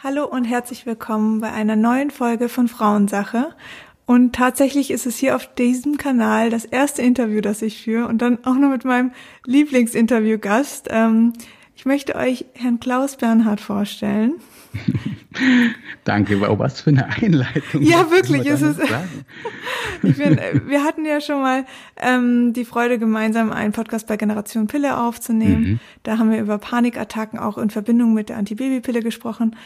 Hallo und herzlich willkommen bei einer neuen Folge von Frauensache. Und tatsächlich ist es hier auf diesem Kanal das erste Interview, das ich führe und dann auch noch mit meinem Lieblingsinterviewgast. Ich möchte euch Herrn Klaus Bernhard vorstellen. Danke, wow, was für eine Einleitung. Ja, wirklich, ist es. Wir hatten ja schon mal die Freude, gemeinsam einen Podcast bei Generation Pille aufzunehmen. Mhm. Da haben wir über Panikattacken auch in Verbindung mit der Antibabypille gesprochen.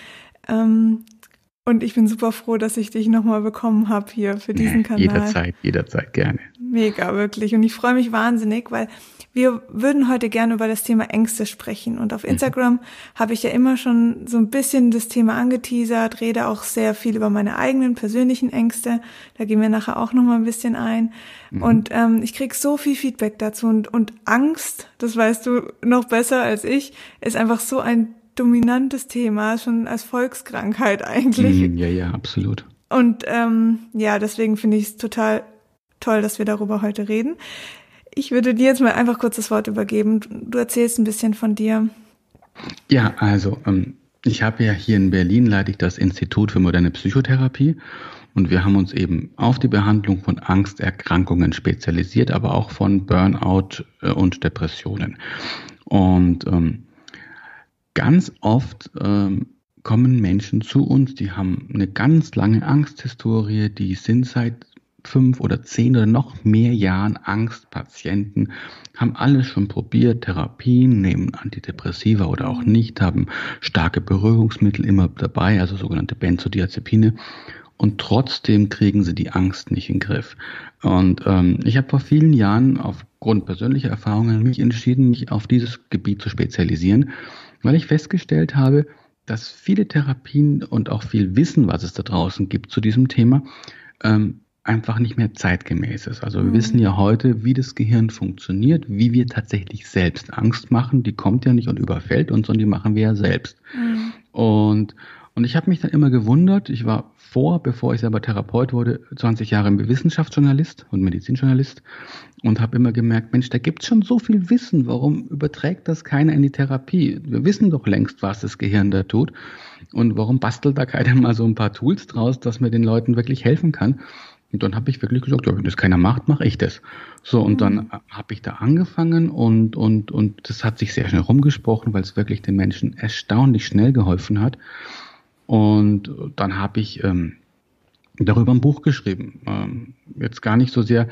Und ich bin super froh, dass ich dich nochmal bekommen habe hier für diesen Kanal. Jederzeit gerne. Mega, wirklich. Und ich freue mich wahnsinnig, weil wir würden heute gerne über das Thema Ängste sprechen. Und auf Instagram habe ich ja immer schon so ein bisschen das Thema angeteasert, rede auch sehr viel über meine eigenen persönlichen Ängste. Da gehen wir nachher auch nochmal ein bisschen ein. Und ich kriege so viel Feedback dazu. Und Angst, das weißt du noch besser als ich, ist einfach so ein dominantes Thema, schon als Volkskrankheit eigentlich. Ja, absolut. Und deswegen finde ich es total toll, dass wir darüber heute reden. Ich würde dir jetzt mal einfach kurz das Wort übergeben. Du erzählst ein bisschen von dir. Ja, also ich habe ja hier in Berlin, leite ich das Institut für moderne Psychotherapie und wir haben uns eben auf die Behandlung von Angsterkrankungen spezialisiert, aber auch von Burnout und Depressionen. Und ganz oft kommen Menschen zu uns, die haben eine ganz lange Angsthistorie, die sind seit 5 oder 10 oder noch mehr Jahren Angstpatienten, haben alles schon probiert, Therapien, nehmen Antidepressiva oder auch nicht, haben starke Beruhigungsmittel immer dabei, also sogenannte Benzodiazepine, und trotzdem kriegen sie die Angst nicht in den Griff. Und ich habe vor vielen Jahren aufgrund persönlicher Erfahrungen mich entschieden, mich auf dieses Gebiet zu spezialisieren, weil ich festgestellt habe, dass viele Therapien und auch viel Wissen, was es da draußen gibt zu diesem Thema, einfach nicht mehr zeitgemäß ist. Also wir wissen ja heute, wie das Gehirn funktioniert, wie wir tatsächlich selbst Angst machen. Die kommt ja nicht und überfällt uns, sondern die machen wir ja selbst. Und ich habe mich dann immer gewundert, ich war bevor ich selber Therapeut wurde, 20 Jahre Wissenschaftsjournalist und Medizinjournalist und habe immer gemerkt, Mensch, da gibt es schon so viel Wissen, warum überträgt das keiner in die Therapie? Wir wissen doch längst, was das Gehirn da tut und warum bastelt da keiner mal so ein paar Tools draus, dass man den Leuten wirklich helfen kann? Und dann habe ich wirklich gesagt, ja, wenn das keiner macht, mache ich das. So, und dann habe ich da angefangen und das hat sich sehr schnell rumgesprochen, weil es wirklich den Menschen erstaunlich schnell geholfen hat. Und dann habe ich darüber ein Buch geschrieben. Jetzt gar nicht so sehr,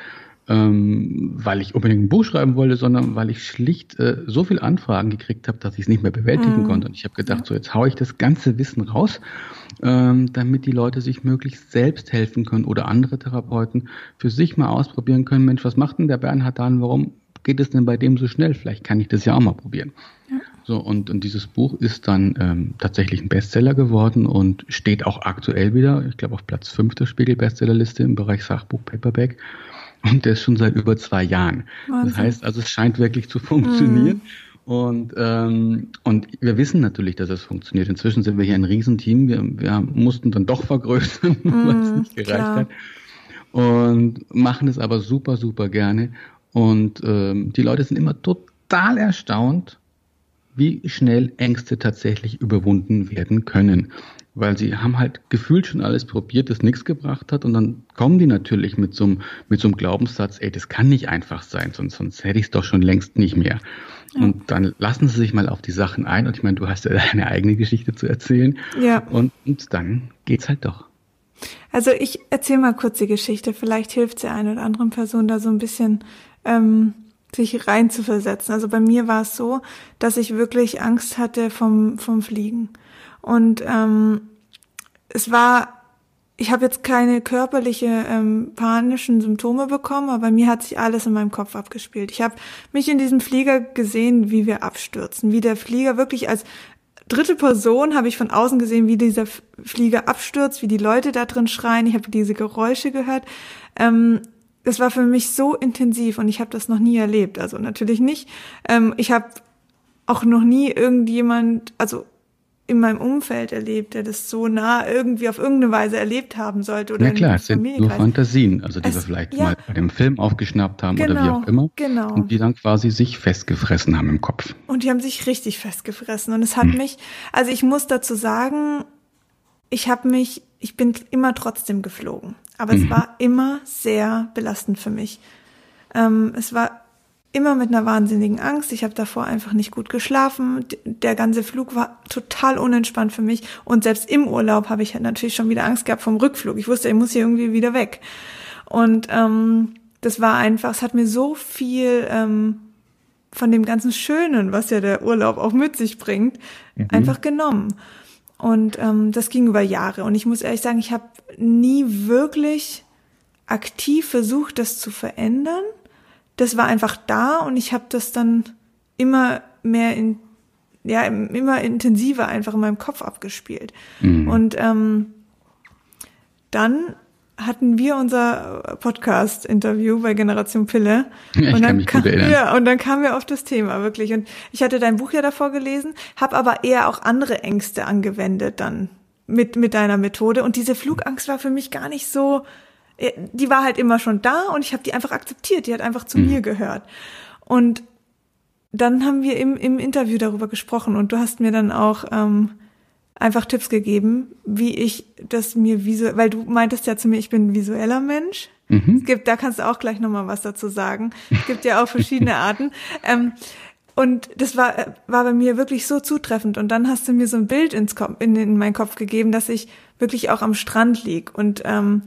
weil ich unbedingt ein Buch schreiben wollte, sondern weil ich schlicht so viele Anfragen gekriegt habe, dass ich es nicht mehr bewältigen konnte. Und ich habe gedacht, so jetzt haue ich das ganze Wissen raus, damit die Leute sich möglichst selbst helfen können oder andere Therapeuten für sich mal ausprobieren können. Mensch, was macht denn der Bernhard dann? Warum geht es denn bei dem so schnell? Vielleicht kann ich das ja auch mal probieren. Ja. So, und dieses Buch ist dann tatsächlich ein Bestseller geworden und steht auch aktuell wieder, ich glaube auf Platz 5 der Spiegel-Bestsellerliste im Bereich Sachbuch Paperback. Und das schon seit über 2 Jahren. Wahnsinn. Das heißt, also es scheint wirklich zu funktionieren. Und wir wissen natürlich, dass es funktioniert. Inzwischen sind wir hier ein Riesenteam. Wir mussten dann doch vergrößern, weil es nicht gereicht hat. Und machen es aber super, super gerne. Und die Leute sind immer total erstaunt, wie schnell Ängste tatsächlich überwunden werden können. Weil sie haben halt gefühlt schon alles probiert, das nichts gebracht hat. Und dann kommen die natürlich mit so einem Glaubenssatz, das kann nicht einfach sein, sonst hätte ich es doch schon längst nicht mehr. Ja. Und dann lassen sie sich mal auf die Sachen ein. Und ich meine, du hast ja deine eigene Geschichte zu erzählen. Ja. Und dann geht's halt doch. Also ich erzähle mal kurz die Geschichte. Vielleicht hilft es der einen oder anderen Person da so ein bisschen sich rein zu versetzen. Also bei mir war es so, dass ich wirklich Angst hatte vom Fliegen. Und ich habe jetzt keine körperliche panischen Symptome bekommen, aber bei mir hat sich alles in meinem Kopf abgespielt. Ich habe mich in diesem Flieger gesehen, wie wir abstürzen, wie der Flieger wirklich als dritte Person habe ich von außen gesehen, wie dieser Flieger abstürzt, wie die Leute da drin schreien. Ich habe diese Geräusche gehört. Das war für mich so intensiv und ich habe das noch nie erlebt. Also natürlich nicht. Ich habe auch noch nie irgendjemand, also in meinem Umfeld erlebt, der das so nah irgendwie auf irgendeine Weise erlebt haben sollte. Oder ja klar, es sind nur Fantasien, also die wir vielleicht mal bei dem Film aufgeschnappt haben oder wie auch immer. Genau. Und die dann quasi sich festgefressen haben im Kopf. Und die haben sich richtig festgefressen. Und es hat mich, also ich muss dazu sagen, ich bin immer trotzdem geflogen, aber es war immer sehr belastend für mich. Es war immer mit einer wahnsinnigen Angst. Ich habe davor einfach nicht gut geschlafen. Der ganze Flug war total unentspannt für mich. Und selbst im Urlaub habe ich halt natürlich schon wieder Angst gehabt vom Rückflug. Ich wusste, ich muss hier irgendwie wieder weg. Und das war einfach, es hat mir so viel von dem ganzen Schönen, was ja der Urlaub auch mit sich bringt, einfach genommen. Und das ging über Jahre. Und ich muss ehrlich sagen, ich habe nie wirklich aktiv versucht, das zu verändern. Das war einfach da und ich habe das dann immer mehr immer intensiver einfach in meinem Kopf abgespielt. Und dann hatten wir unser Podcast-Interview bei Generation Pille. Ja, ich kann mich gut erinnern. Ja, und dann kamen wir auf das Thema, wirklich. Und ich hatte dein Buch ja davor gelesen, habe aber eher auch andere Ängste angewendet dann mit deiner Methode. Und diese Flugangst war für mich gar nicht so, die war halt immer schon da und ich habe die einfach akzeptiert, die hat einfach zu mir gehört. Und dann haben wir im Interview darüber gesprochen und du hast mir dann auch einfach Tipps gegeben, wie ich das mir weil du meintest ja zu mir, ich bin ein visueller Mensch. Da kannst du auch gleich nochmal was dazu sagen. Es gibt ja auch verschiedene Arten. Und das war bei mir wirklich so zutreffend. Und dann hast du mir so ein Bild in meinen Kopf gegeben, dass ich wirklich auch am Strand lieg. Und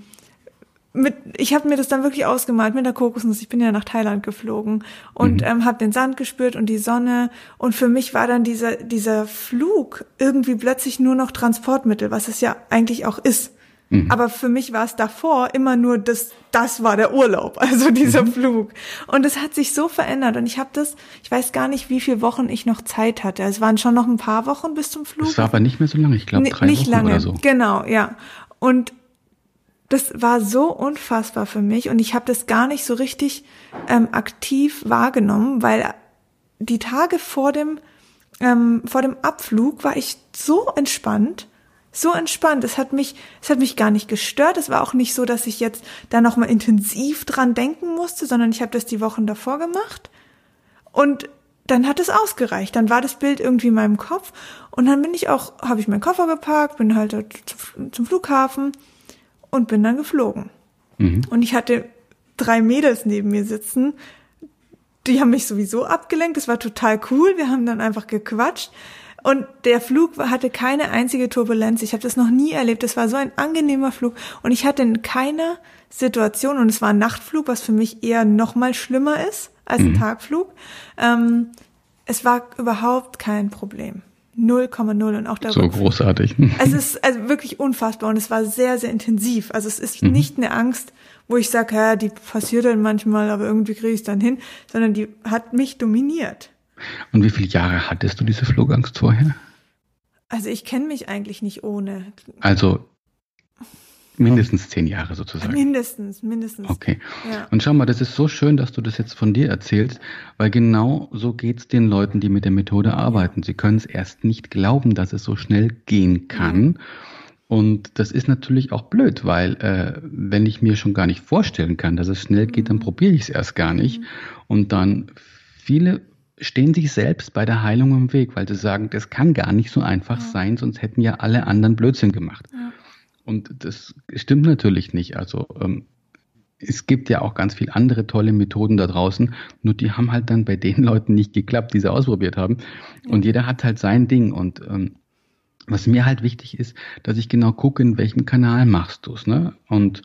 ich habe mir das dann wirklich ausgemalt mit der Kokosnuss. Ich bin ja nach Thailand geflogen und habe den Sand gespürt und die Sonne. Und für mich war dann dieser Flug irgendwie plötzlich nur noch Transportmittel, was es ja eigentlich auch ist. Aber für mich war es davor immer nur das war der Urlaub, also dieser Flug. Und es hat sich so verändert. Und ich weiß gar nicht, wie viele Wochen ich noch Zeit hatte. Es waren schon noch ein paar Wochen bis zum Flug. Das war aber nicht mehr so lange, ich glaube 3 nicht Wochen lange. oder so. Genau, ja. Und das war so unfassbar für mich und ich habe das gar nicht so richtig aktiv wahrgenommen, weil die Tage vor dem Abflug war ich so entspannt. Es hat mich gar nicht gestört. Es war auch nicht so, dass ich jetzt da nochmal intensiv dran denken musste, sondern ich habe das die Wochen davor gemacht und dann hat es ausgereicht. Dann war das Bild irgendwie in meinem Kopf und dann habe ich meinen Koffer gepackt, bin halt zum Flughafen und bin dann geflogen. Und ich hatte 3 Mädels neben mir sitzen, die haben mich sowieso abgelenkt, das war total cool, wir haben dann einfach gequatscht und der Flug hatte keine einzige Turbulenz, ich habe das noch nie erlebt, das war so ein angenehmer Flug und ich hatte in keiner Situation, und es war ein Nachtflug, was für mich eher noch mal schlimmer ist als ein Tagflug, es war überhaupt kein Problem. 0,0 und auch der So großartig. Es ist also wirklich unfassbar und es war sehr, sehr intensiv. Also es ist nicht eine Angst, wo ich sage, ja, die passiert dann manchmal, aber irgendwie kriege ich es dann hin, sondern die hat mich dominiert. Und wie viele Jahre hattest du diese Flugangst vorher? Also ich kenne mich eigentlich nicht ohne. Also mindestens 10 Jahre sozusagen. Mindestens. Okay. Ja. Und schau mal, das ist so schön, dass du das jetzt von dir erzählst, weil genau so geht's den Leuten, die mit der Methode arbeiten. Sie können es erst nicht glauben, dass es so schnell gehen kann. Und das ist natürlich auch blöd, weil wenn ich mir schon gar nicht vorstellen kann, dass es schnell geht, dann probiere ich es erst gar nicht. Und dann viele stehen sich selbst bei der Heilung im Weg, weil sie sagen, das kann gar nicht so einfach sein, sonst hätten ja alle anderen Blödsinn gemacht. Ja. Und das stimmt natürlich nicht. Also es gibt ja auch ganz viele andere tolle Methoden da draußen, nur die haben halt dann bei den Leuten nicht geklappt, die sie ausprobiert haben. Und jeder hat halt sein Ding. Und was mir halt wichtig ist, dass ich genau gucke, in welchem Kanal machst du es. Ne? Und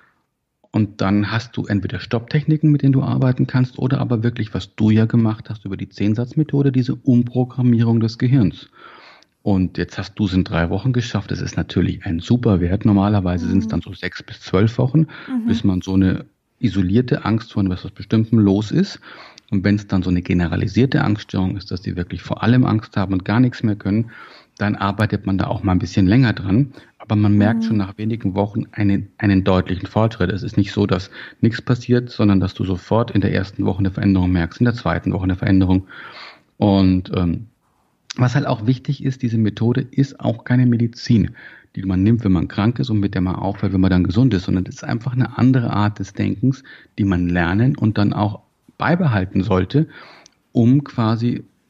dann hast du entweder Stopptechniken, mit denen du arbeiten kannst, oder aber wirklich, was du ja gemacht hast über die 10-Satz-Methode, diese Umprogrammierung des Gehirns. Und jetzt hast du es in 3 Wochen geschafft. Das ist natürlich ein super Wert. Normalerweise sind es dann so 6 bis 12 Wochen, bis man so eine isolierte Angst vor etwas Bestimmtem los ist. Und wenn es dann so eine generalisierte Angststörung ist, dass die wirklich vor allem Angst haben und gar nichts mehr können, dann arbeitet man da auch mal ein bisschen länger dran. Aber man merkt schon nach wenigen Wochen einen deutlichen Fortschritt. Es ist nicht so, dass nichts passiert, sondern dass du sofort in der ersten Woche eine Veränderung merkst, in der zweiten Woche eine Veränderung. Und was halt auch wichtig ist, diese Methode ist auch keine Medizin, die man nimmt, wenn man krank ist und mit der man aufhört, wenn man dann gesund ist, sondern das ist einfach eine andere Art des Denkens, die man lernen und dann auch beibehalten sollte, um quasi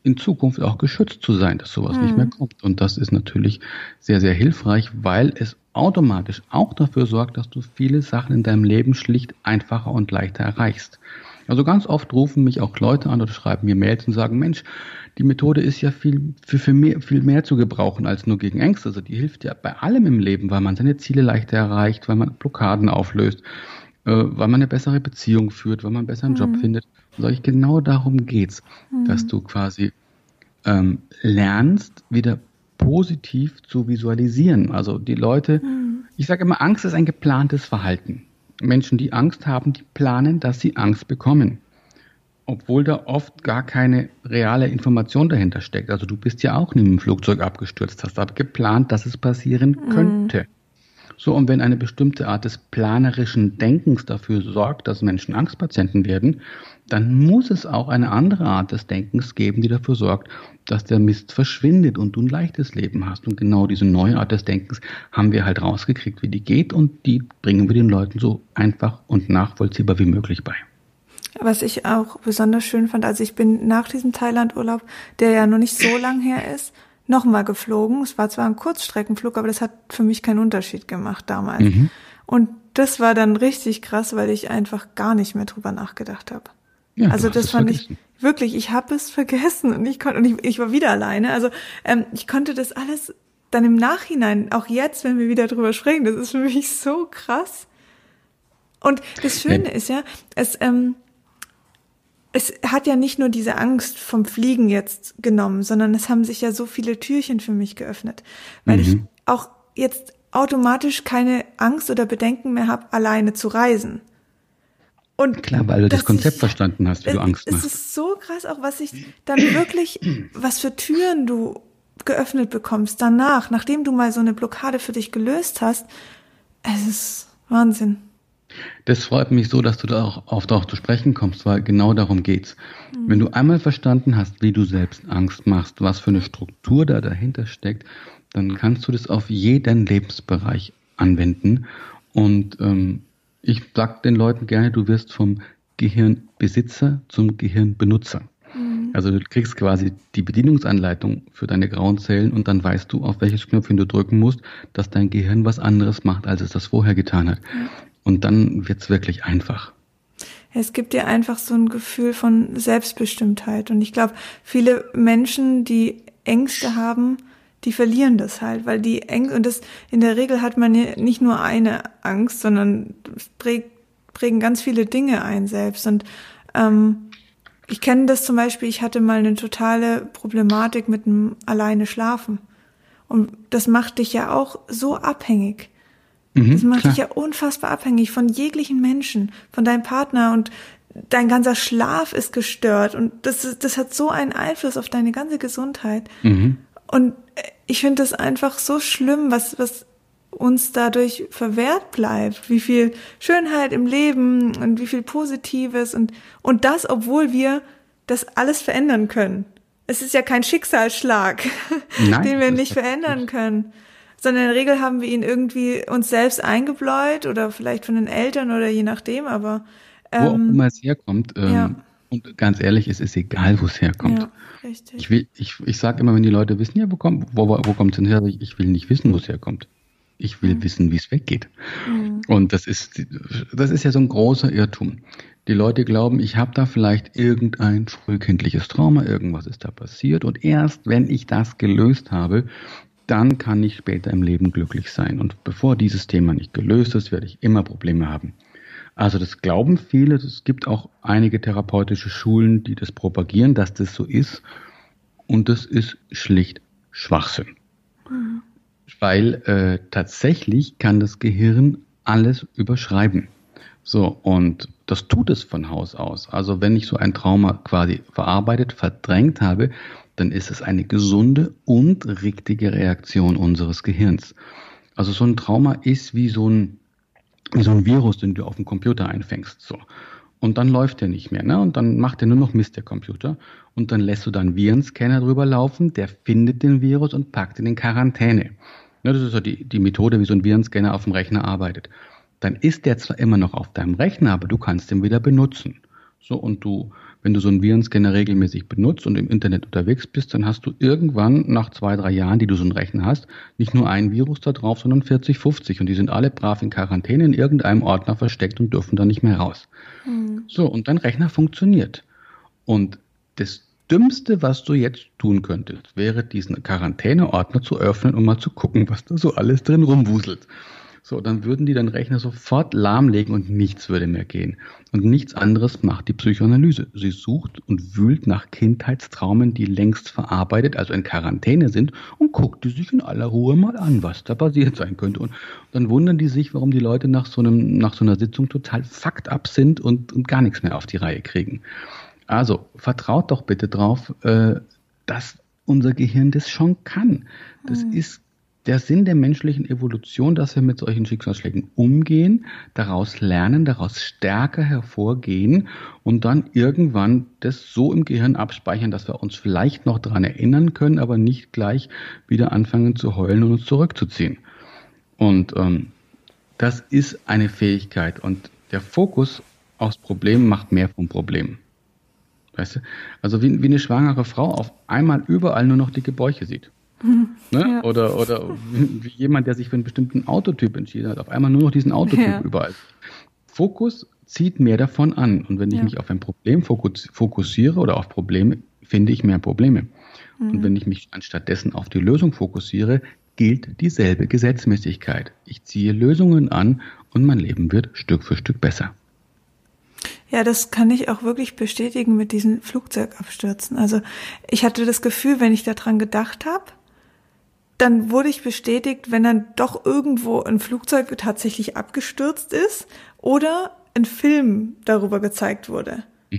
in Zukunft auch geschützt zu sein, dass sowas nicht mehr kommt. Und das ist natürlich sehr, sehr hilfreich, weil es automatisch auch dafür sorgt, dass du viele Sachen in deinem Leben schlicht einfacher und leichter erreichst. Also ganz oft rufen mich auch Leute an oder schreiben mir Mails und sagen, Mensch, die Methode ist ja viel mehr zu gebrauchen als nur gegen Ängste. Also die hilft ja bei allem im Leben, weil man seine Ziele leichter erreicht, weil man Blockaden auflöst, weil man eine bessere Beziehung führt, weil man einen besseren Job findet. Und sage ich, genau darum geht's, dass du quasi lernst, wieder positiv zu visualisieren. Also die Leute, ich sage immer, Angst ist ein geplantes Verhalten. Menschen, die Angst haben, die planen, dass sie Angst bekommen. Obwohl da oft gar keine reale Information dahinter steckt. Also du bist ja auch nicht mit dem Flugzeug abgestürzt, hast aber geplant, dass es passieren könnte. So, und wenn eine bestimmte Art des planerischen Denkens dafür sorgt, dass Menschen Angstpatienten werden, dann muss es auch eine andere Art des Denkens geben, die dafür sorgt, dass der Mist verschwindet und du ein leichtes Leben hast. Und genau diese neue Art des Denkens haben wir halt rausgekriegt, wie die geht, und die bringen wir den Leuten so einfach und nachvollziehbar wie möglich bei. Was ich auch besonders schön fand, also ich bin nach diesem Thailand-Urlaub, der ja noch nicht so lang her ist, nochmal geflogen. Es war zwar ein Kurzstreckenflug, aber das hat für mich keinen Unterschied gemacht damals. Und das war dann richtig krass, weil ich einfach gar nicht mehr drüber nachgedacht habe. Ja, also das fand ich wirklich, ich habe es vergessen und ich war wieder alleine. Also ich konnte das alles dann im Nachhinein, auch jetzt, wenn wir wieder drüber sprechen, das ist für mich so krass. Und das Schöne ist ja, es hat ja nicht nur diese Angst vom Fliegen jetzt genommen, sondern es haben sich ja so viele Türchen für mich geöffnet, weil ich auch jetzt automatisch keine Angst oder Bedenken mehr habe, alleine zu reisen. Und klar, weil du das Konzept verstanden hast, wie du Angst machst. Es ist so krass auch, was ich dann wirklich, was für Türen du geöffnet bekommst danach, nachdem du mal so eine Blockade für dich gelöst hast. Es ist Wahnsinn. Das freut mich so, dass du da auch darauf zu sprechen kommst, weil genau darum geht's. Wenn du einmal verstanden hast, wie du selbst Angst machst, was für eine Struktur da dahinter steckt, dann kannst du das auf jeden Lebensbereich anwenden. Und ich sage den Leuten gerne, du wirst vom Gehirnbesitzer zum Gehirnbenutzer. Also du kriegst quasi die Bedienungsanleitung für deine grauen Zellen und dann weißt du, auf welches Knöpfchen du drücken musst, dass dein Gehirn was anderes macht, als es das vorher getan hat. Und dann wird's wirklich einfach. Es gibt dir einfach so ein Gefühl von Selbstbestimmtheit. Und ich glaube, viele Menschen, die Ängste haben, die verlieren das halt, weil die Ängste, und das in der Regel hat man ja nicht nur eine Angst, sondern prägen ganz viele Dinge ein selbst. Und ich kenne das zum Beispiel, ich hatte mal eine totale Problematik mit dem alleine Schlafen. Und das macht dich ja auch so abhängig. Das macht dich ja unfassbar abhängig von jeglichen Menschen, von deinem Partner, und dein ganzer Schlaf ist gestört und das hat so einen Einfluss auf deine ganze Gesundheit. Und ich finde das einfach so schlimm, was uns dadurch verwehrt bleibt, wie viel Schönheit im Leben und wie viel Positives und das, obwohl wir das alles verändern können. Es ist ja kein Schicksalsschlag, den wir nicht verändern können. Sondern in der Regel haben wir ihn irgendwie uns selbst eingebläut oder vielleicht von den Eltern oder je nachdem, aber wo auch immer es herkommt, und ganz ehrlich, es ist egal, wo es herkommt. Ja, richtig. Ich sage immer, wenn die Leute wissen, ja, wo kommt es denn her? Ich will nicht wissen, wo es herkommt. Ich will wissen, wie es weggeht. Und das ist ja so ein großer Irrtum. Die Leute glauben, ich habe da vielleicht irgendein frühkindliches Trauma, irgendwas ist da passiert und erst wenn ich das gelöst habe, dann kann ich später im Leben glücklich sein. Und bevor dieses Thema nicht gelöst ist, werde ich immer Probleme haben. Also das glauben viele. Es gibt auch einige therapeutische Schulen, die das propagieren, dass das so ist. Und das ist schlicht Schwachsinn. Weil tatsächlich kann das Gehirn alles überschreiben. So, und das tut es von Haus aus. Also wenn ich so ein Trauma quasi verarbeitet, verdrängt habe, dann ist es eine gesunde und richtige Reaktion unseres Gehirns. Also so ein Trauma ist wie so ein Virus, den du auf dem Computer einfängst. So. Und dann läuft der nicht mehr, ne? Und dann macht der nur noch Mist, der Computer. Und dann lässt du da einen Virenscanner drüber laufen, der findet den Virus und packt ihn in Quarantäne. Ne, das ist so die Methode, wie so ein Virenscanner auf dem Rechner arbeitet. Dann ist der zwar immer noch auf deinem Rechner, aber du kannst den wieder benutzen. So, und wenn du so einen Virenscanner regelmäßig benutzt und im Internet unterwegs bist, dann hast du irgendwann nach 2, 3 Jahren, die du so einen Rechner hast, nicht nur ein Virus da drauf, sondern 40, 50. Und die sind alle brav in Quarantäne in irgendeinem Ordner versteckt und dürfen da nicht mehr raus. So, und dein Rechner funktioniert. Und das Dümmste, was du jetzt tun könntest, wäre, diesen Quarantäneordner zu öffnen und mal zu gucken, was da so alles drin rumwuselt. So, dann würden die deinen Rechner sofort lahmlegen und nichts würde mehr gehen. Und nichts anderes macht die Psychoanalyse. Sie sucht und wühlt nach Kindheitstraumen, die längst verarbeitet, also in Quarantäne sind, und guckt die sich in aller Ruhe mal an, was da passiert sein könnte. Und dann wundern die sich, warum die Leute nach so einer Sitzung total fucked up sind und gar nichts mehr auf die Reihe kriegen. Also, vertraut doch bitte drauf, dass unser Gehirn das schon kann. Das ist der Sinn der menschlichen Evolution, dass wir mit solchen Schicksalsschlägen umgehen, daraus lernen, daraus stärker hervorgehen und dann irgendwann das so im Gehirn abspeichern, dass wir uns vielleicht noch daran erinnern können, aber nicht gleich wieder anfangen zu heulen und uns zurückzuziehen. Und das ist eine Fähigkeit und der Fokus aufs Problem macht mehr vom Problem. Weißt du? Also wie eine schwangere Frau auf einmal überall nur noch dicke Bäuche sieht. Ne? Ja. Oder wie jemand, der sich für einen bestimmten Autotyp entschieden hat, auf einmal nur noch diesen Autotyp überall. Fokus zieht mehr davon an. Und wenn ich mich auf ein Problem fokussiere oder auf Probleme, finde ich mehr Probleme. Und wenn ich mich anstattdessen auf die Lösung fokussiere, gilt dieselbe Gesetzmäßigkeit. Ich ziehe Lösungen an und mein Leben wird Stück für Stück besser. Ja, das kann ich auch wirklich bestätigen mit diesen Flugzeugabstürzen. Also ich hatte das Gefühl, wenn ich daran gedacht habe, dann wurde ich bestätigt, wenn dann doch irgendwo ein Flugzeug tatsächlich abgestürzt ist oder ein Film darüber gezeigt wurde.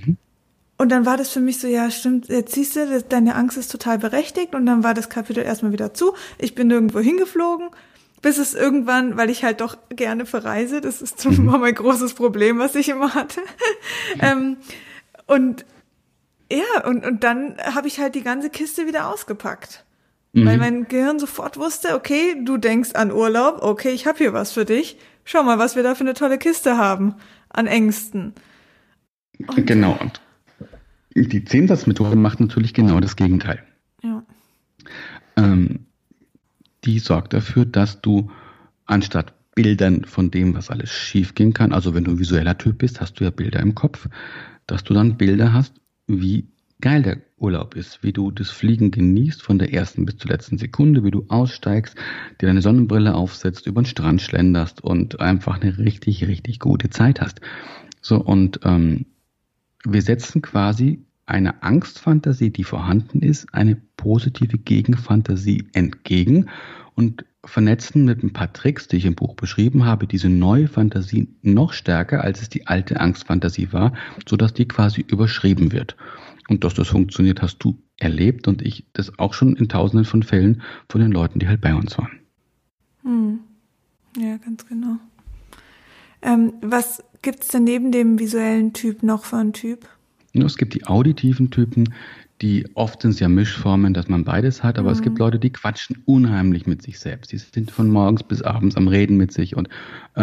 Und dann war das für mich so, ja stimmt, jetzt siehst du, deine Angst ist total berechtigt und dann war das Kapitel erstmal wieder zu. Ich bin irgendwo hingeflogen, bis es irgendwann, weil ich halt doch gerne verreise, das ist immer mein großes Problem, was ich immer hatte. Und dann habe ich halt die ganze Kiste wieder ausgepackt. Weil mein Gehirn sofort wusste, okay, du denkst an Urlaub, okay, ich habe hier was für dich. Schau mal, was wir da für eine tolle Kiste haben an Ängsten. Genau. Und die Zehnsatzmethode macht natürlich genau das Gegenteil. Ja. Die sorgt dafür, dass du anstatt Bildern von dem, was alles schiefgehen kann, also wenn du ein visueller Typ bist, hast du ja Bilder im Kopf, dass du dann Bilder hast, wie geil der Urlaub ist, wie du das Fliegen genießt von der ersten bis zur letzten Sekunde, wie du aussteigst, dir deine Sonnenbrille aufsetzt, über den Strand schlenderst und einfach eine richtig, richtig gute Zeit hast. So, und wir setzen quasi eine Angstfantasie, die vorhanden ist, eine positive Gegenfantasie entgegen und vernetzen mit ein paar Tricks, die ich im Buch beschrieben habe, diese neue Fantasie noch stärker, als es die alte Angstfantasie war, sodass die quasi überschrieben wird. Und dass das funktioniert, hast du erlebt und ich das auch schon in Tausenden von Fällen von den Leuten, die halt bei uns waren. Ja, ganz genau. Was gibt's denn neben dem visuellen Typ noch für einen Typ? Es gibt die auditiven Typen, die oft sind es ja Mischformen, dass man beides hat, aber es gibt Leute, die quatschen unheimlich mit sich selbst. Die sind von morgens bis abends am Reden mit sich und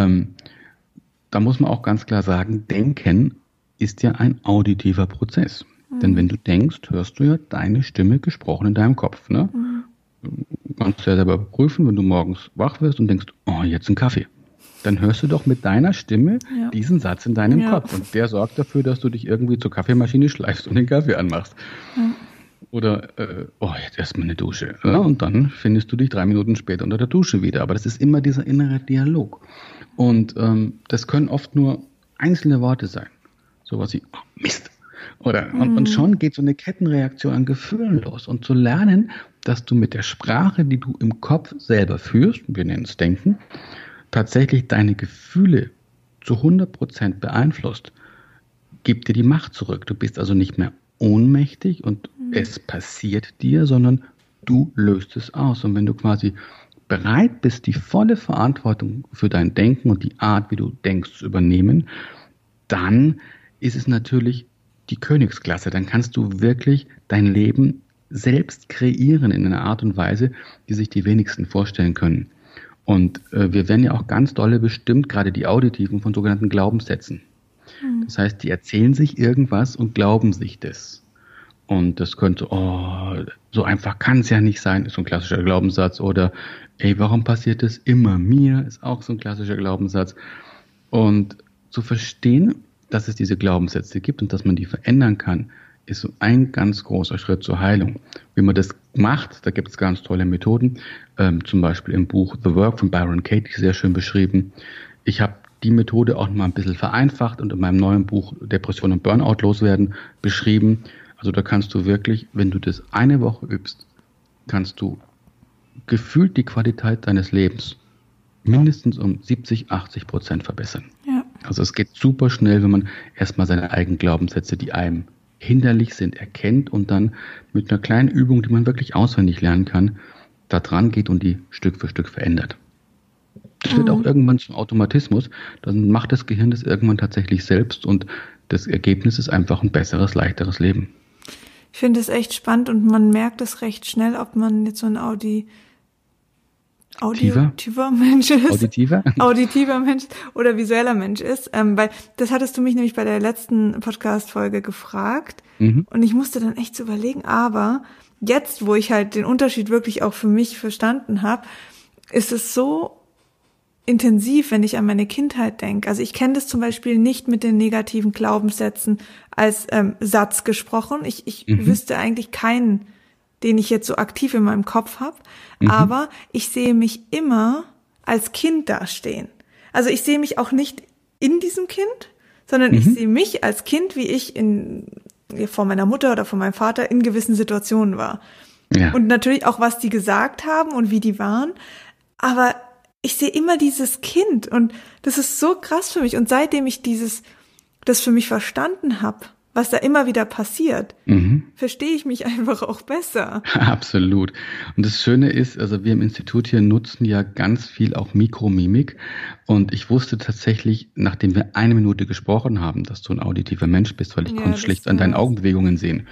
da muss man auch ganz klar sagen, Denken ist ja ein auditiver Prozess. Denn wenn du denkst, hörst du ja deine Stimme gesprochen in deinem Kopf. Ne? Du kannst ja selber prüfen, wenn du morgens wach wirst und denkst, oh, jetzt ein Kaffee. Dann hörst du doch mit deiner Stimme diesen Satz in deinem Kopf. Und der sorgt dafür, dass du dich irgendwie zur Kaffeemaschine schleifst und den Kaffee anmachst. Oder, jetzt erstmal eine Dusche. Ja, und dann findest du dich 3 Minuten später unter der Dusche wieder. Aber das ist immer dieser innere Dialog. Und das können oft nur einzelne Worte sein. Sowas wie, oh, Mist. Oder, und schon geht so eine Kettenreaktion an Gefühlen los. Und zu lernen, dass du mit der Sprache, die du im Kopf selber führst, wir nennen es Denken, tatsächlich deine Gefühle zu 100% beeinflusst, gibt dir die Macht zurück. Du bist also nicht mehr ohnmächtig und es passiert dir, sondern du löst es aus. Und wenn du quasi bereit bist, die volle Verantwortung für dein Denken und die Art, wie du denkst, zu übernehmen, dann ist es natürlich die Königsklasse. Dann kannst du wirklich dein Leben selbst kreieren in einer Art und Weise, die sich die wenigsten vorstellen können. Und wir werden ja auch ganz dolle bestimmt, gerade die Auditiven, von sogenannten Glaubenssätzen. Das heißt, die erzählen sich irgendwas und glauben sich das. Und das könnte, so einfach kann es ja nicht sein, ist so ein klassischer Glaubenssatz. Oder, ey, warum passiert das immer mir, ist auch so ein klassischer Glaubenssatz. Und zu verstehen, dass es diese Glaubenssätze gibt und dass man die verändern kann, ist so ein ganz großer Schritt zur Heilung. Wie man das macht, da gibt es ganz tolle Methoden, zum Beispiel im Buch The Work von Byron Katie sehr schön beschrieben. Ich habe die Methode auch noch mal ein bisschen vereinfacht und in meinem neuen Buch Depression und Burnout loswerden beschrieben. Also da kannst du wirklich, wenn du das eine Woche übst, kannst du gefühlt die Qualität deines Lebens mindestens um 70-80% verbessern. Ja. Also es geht super schnell, wenn man erstmal seine eigenen Glaubenssätze, die einem hinderlich sind, erkennt und dann mit einer kleinen Übung, die man wirklich auswendig lernen kann, da dran geht und die Stück für Stück verändert. Das wird auch irgendwann zum Automatismus, dann macht das Gehirn das irgendwann tatsächlich selbst und das Ergebnis ist einfach ein besseres, leichteres Leben. Ich finde es echt spannend und man merkt es recht schnell, ob man jetzt so ein auditiver Mensch ist. Auditiver Mensch oder visueller Mensch ist. Weil das hattest du mich nämlich bei der letzten Podcast-Folge gefragt und ich musste dann echt so überlegen, aber jetzt, wo ich halt den Unterschied wirklich auch für mich verstanden habe, ist es so intensiv, wenn ich an meine Kindheit denke. Also ich kenne das zum Beispiel nicht mit den negativen Glaubenssätzen als Satz gesprochen. Ich wüsste eigentlich keinen, den ich jetzt so aktiv in meinem Kopf habe. Aber ich sehe mich immer als Kind dastehen. Also ich sehe mich auch nicht in diesem Kind, sondern ich sehe mich als Kind, wie ich vor meiner Mutter oder vor meinem Vater in gewissen Situationen war. Ja. Und natürlich auch, was die gesagt haben und wie die waren. Aber ich sehe immer dieses Kind und das ist so krass für mich. Und seitdem ich das für mich verstanden habe, was da immer wieder passiert, verstehe ich mich einfach auch besser. Absolut. Und das Schöne ist, also wir im Institut hier nutzen ja ganz viel auch Mikromimik. Und ich wusste tatsächlich, nachdem wir 1 Minute gesprochen haben, dass du ein auditiver Mensch bist, weil ich konnte schlicht an deinen Augenbewegungen sehen.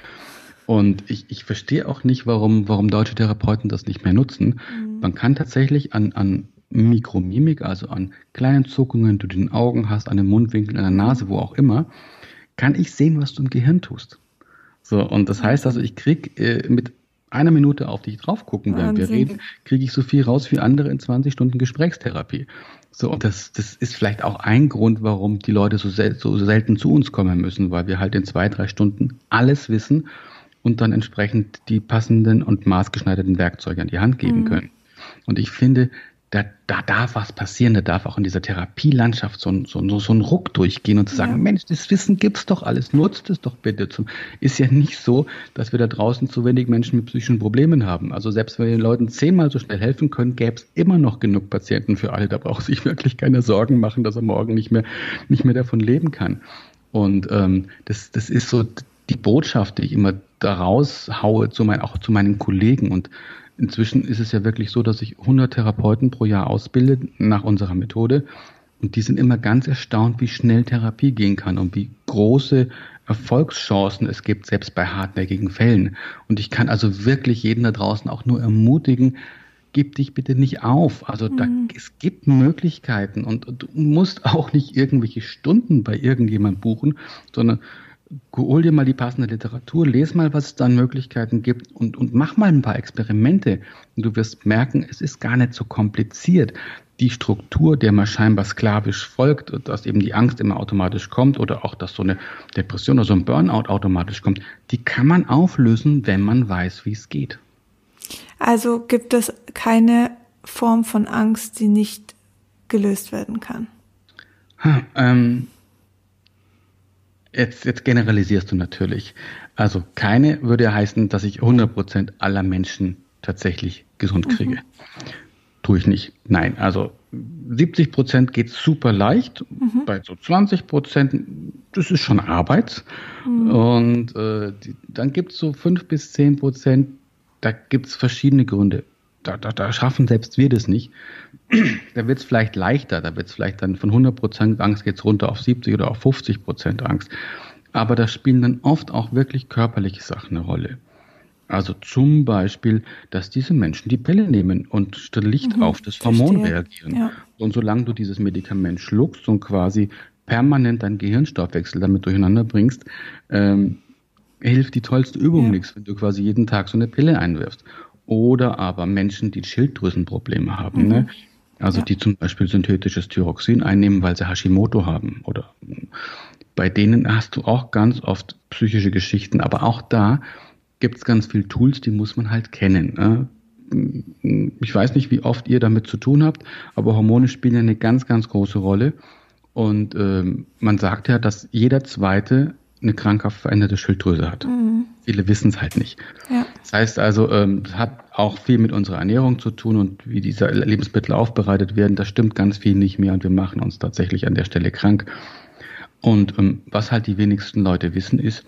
Und ich verstehe auch nicht, warum deutsche Therapeuten das nicht mehr nutzen. Man kann tatsächlich an Mikromimik, also an kleinen Zuckungen, die du in den Augen hast, an den Mundwinkeln, an der Nase, wo auch immer, kann ich sehen, was du im Gehirn tust. So, und das heißt also, ich krieg mit 1 Minute auf dich drauf gucken, während wir reden, kriege ich so viel raus wie andere in 20 Stunden Gesprächstherapie. So, und das ist vielleicht auch ein Grund, warum die Leute so selten zu uns kommen müssen, weil wir halt in 2-3 Stunden alles wissen und dann entsprechend die passenden und maßgeschneiderten Werkzeuge an die Hand geben können. Und ich finde, da darf was passieren, da darf auch in dieser Therapielandschaft so ein Ruck durchgehen und zu sagen, Mensch, das Wissen gibt's doch alles, nutzt es doch bitte. Ist ja nicht so, dass wir da draußen zu wenig Menschen mit psychischen Problemen haben. Also selbst wenn wir den Leuten 10-mal so schnell helfen können, gäbe es immer noch genug Patienten für alle. Da braucht sich wirklich keine Sorgen machen, dass er morgen nicht mehr davon leben kann. Und das ist so die Botschaft, die ich immer da raushaue, auch zu meinen Kollegen. Und inzwischen ist es ja wirklich so, dass ich 100 Therapeuten pro Jahr ausbilde nach unserer Methode. Und die sind immer ganz erstaunt, wie schnell Therapie gehen kann und wie große Erfolgschancen es gibt, selbst bei hartnäckigen Fällen. Und ich kann also wirklich jeden da draußen auch nur ermutigen, gib dich bitte nicht auf. Also es gibt Möglichkeiten und du musst auch nicht irgendwelche Stunden bei irgendjemand buchen, sondern hol dir mal die passende Literatur, les mal, was es da an Möglichkeiten gibt und mach mal ein paar Experimente. Und du wirst merken, es ist gar nicht so kompliziert. Die Struktur, der man scheinbar sklavisch folgt, dass eben die Angst immer automatisch kommt oder auch, dass so eine Depression oder so ein Burnout automatisch kommt, die kann man auflösen, wenn man weiß, wie es geht. Also gibt es keine Form von Angst, die nicht gelöst werden kann? Jetzt generalisierst du natürlich. Also keine würde heißen, dass ich 100% aller Menschen tatsächlich gesund kriege. Tue ich nicht. Nein, also 70% geht super leicht. Bei so 20%, das ist schon Arbeit. Und dann gibt es so 5-10%, da gibt es verschiedene Gründe. Da schaffen selbst wir das nicht. Da wird es vielleicht leichter, da wird es vielleicht dann von 100% Angst geht's runter auf 70 oder auf 50% Angst. Aber da spielen dann oft auch wirklich körperliche Sachen eine Rolle. Also zum Beispiel, dass diese Menschen die Pille nehmen und schlicht auf das Hormon reagieren. Ja. Und solange du dieses Medikament schluckst und quasi permanent deinen Gehirnstoffwechsel damit durcheinander bringst, hilft die tollste Übung nichts, wenn du quasi jeden Tag so eine Pille einwirfst. Oder aber Menschen, die Schilddrüsenprobleme haben, ne? Also die zum Beispiel synthetisches Thyroxin einnehmen, weil sie Hashimoto haben. Oder bei denen hast du auch ganz oft psychische Geschichten. Aber auch da gibt es ganz viele Tools, die muss man halt kennen. Ne? Ich weiß nicht, wie oft ihr damit zu tun habt, aber Hormone spielen ja eine ganz, ganz große Rolle. Und man sagt ja, dass jeder Zweite eine krankhaft veränderte Schilddrüse hat. Viele wissen es halt nicht. Ja. Das heißt also, es hat auch viel mit unserer Ernährung zu tun und wie diese Lebensmittel aufbereitet werden. Da stimmt ganz viel nicht mehr und wir machen uns tatsächlich an der Stelle krank. Und was halt die wenigsten Leute wissen, ist,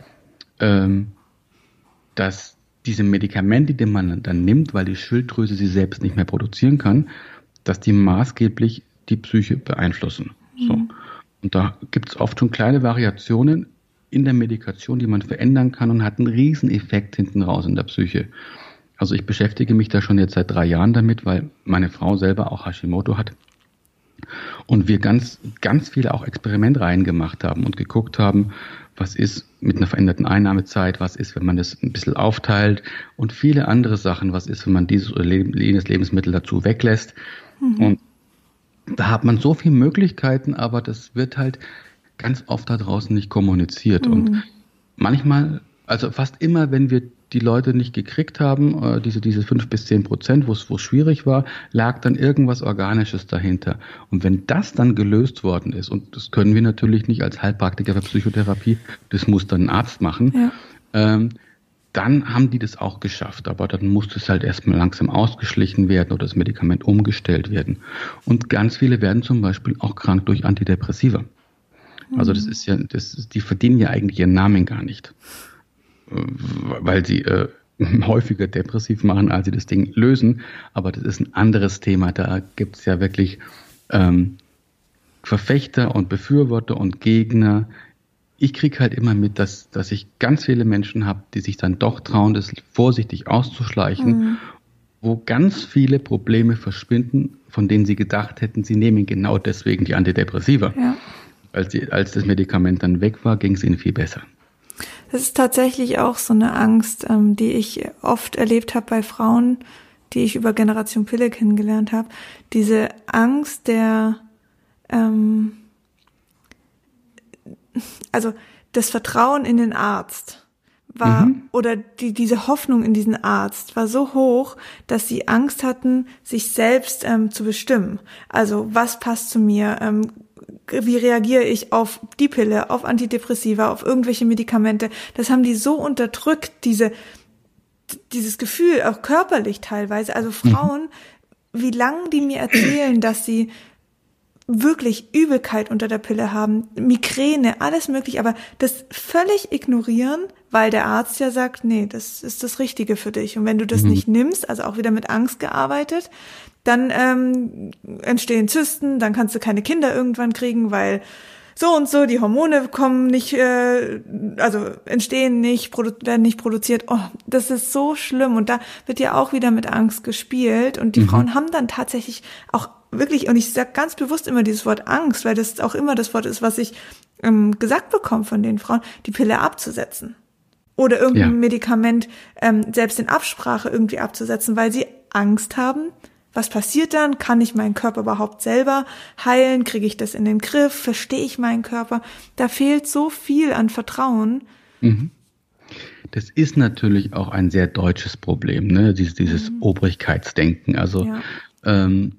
dass diese Medikamente, die man dann nimmt, weil die Schilddrüse sie selbst nicht mehr produzieren kann, dass die maßgeblich die Psyche beeinflussen. So. Und da gibt es oft schon kleine Variationen in der Medikation, die man verändern kann und hat einen riesen Effekt hinten raus in der Psyche. Also ich beschäftige mich da schon jetzt seit 3 Jahren damit, weil meine Frau selber auch Hashimoto hat und wir ganz, ganz viele auch Experimentreihen gemacht haben und geguckt haben, was ist mit einer veränderten Einnahmezeit, was ist, wenn man das ein bisschen aufteilt und viele andere Sachen, was ist, wenn man dieses oder jenes Lebensmittel dazu weglässt. Und da hat man so viele Möglichkeiten, aber das wird halt ganz oft da draußen nicht kommuniziert. Und manchmal, also fast immer, wenn wir die Leute nicht gekriegt haben, diese 5-10%, wo es schwierig war, lag dann irgendwas Organisches dahinter. Und wenn das dann gelöst worden ist, und das können wir natürlich nicht als Heilpraktiker für Psychotherapie, das muss dann ein Arzt machen, dann haben die das auch geschafft. Aber dann muss es halt erstmal langsam ausgeschlichen werden oder das Medikament umgestellt werden. Und ganz viele werden zum Beispiel auch krank durch Antidepressiva. Also das ist ja, die verdienen ja eigentlich ihren Namen gar nicht, weil sie häufiger depressiv machen, als sie das Ding lösen. Aber das ist ein anderes Thema. Da gibt es ja wirklich Verfechter und Befürworter und Gegner. Ich kriege halt immer mit, dass ich ganz viele Menschen habe, die sich dann doch trauen, das vorsichtig auszuschleichen, wo ganz viele Probleme verschwinden, von denen sie gedacht hätten, sie nehmen genau deswegen die Antidepressiva. Ja. Als das Medikament dann weg war, ging es ihnen viel besser. Das ist tatsächlich auch so eine Angst, die ich oft erlebt habe bei Frauen, die ich über Generation Pille kennengelernt habe. Diese Angst also das Vertrauen in den Arzt war, oder diese Hoffnung in diesen Arzt war so hoch, dass sie Angst hatten, sich selbst zu bestimmen. Also was passt zu mir? Wie reagiere ich auf die Pille, auf Antidepressiva, auf irgendwelche Medikamente? Das haben die so unterdrückt, dieses Gefühl, auch körperlich teilweise. Also Frauen, wie lange die mir erzählen, dass sie wirklich Übelkeit unter der Pille haben, Migräne, alles möglich, aber das völlig ignorieren, weil der Arzt ja sagt, nee, das ist das Richtige für dich. Und wenn du das nicht nimmst, also auch wieder mit Angst gearbeitet, dann entstehen Zysten, dann kannst du keine Kinder irgendwann kriegen, weil so und so, die Hormone kommen nicht, entstehen nicht, werden nicht produziert. Oh, das ist so schlimm. Und da wird ja auch wieder mit Angst gespielt. Und die Frauen haben dann tatsächlich auch wirklich, und ich sage ganz bewusst immer dieses Wort Angst, weil das auch immer das Wort ist, was ich gesagt bekomme von den Frauen, die Pille abzusetzen. Oder irgendein Medikament selbst in Absprache irgendwie abzusetzen, weil sie Angst haben. Was passiert dann? Kann ich meinen Körper überhaupt selber heilen? Kriege ich das in den Griff? Verstehe ich meinen Körper? Da fehlt so viel an Vertrauen. Das ist natürlich auch ein sehr deutsches Problem, ne? Dieses Obrigkeitsdenken. Also wenn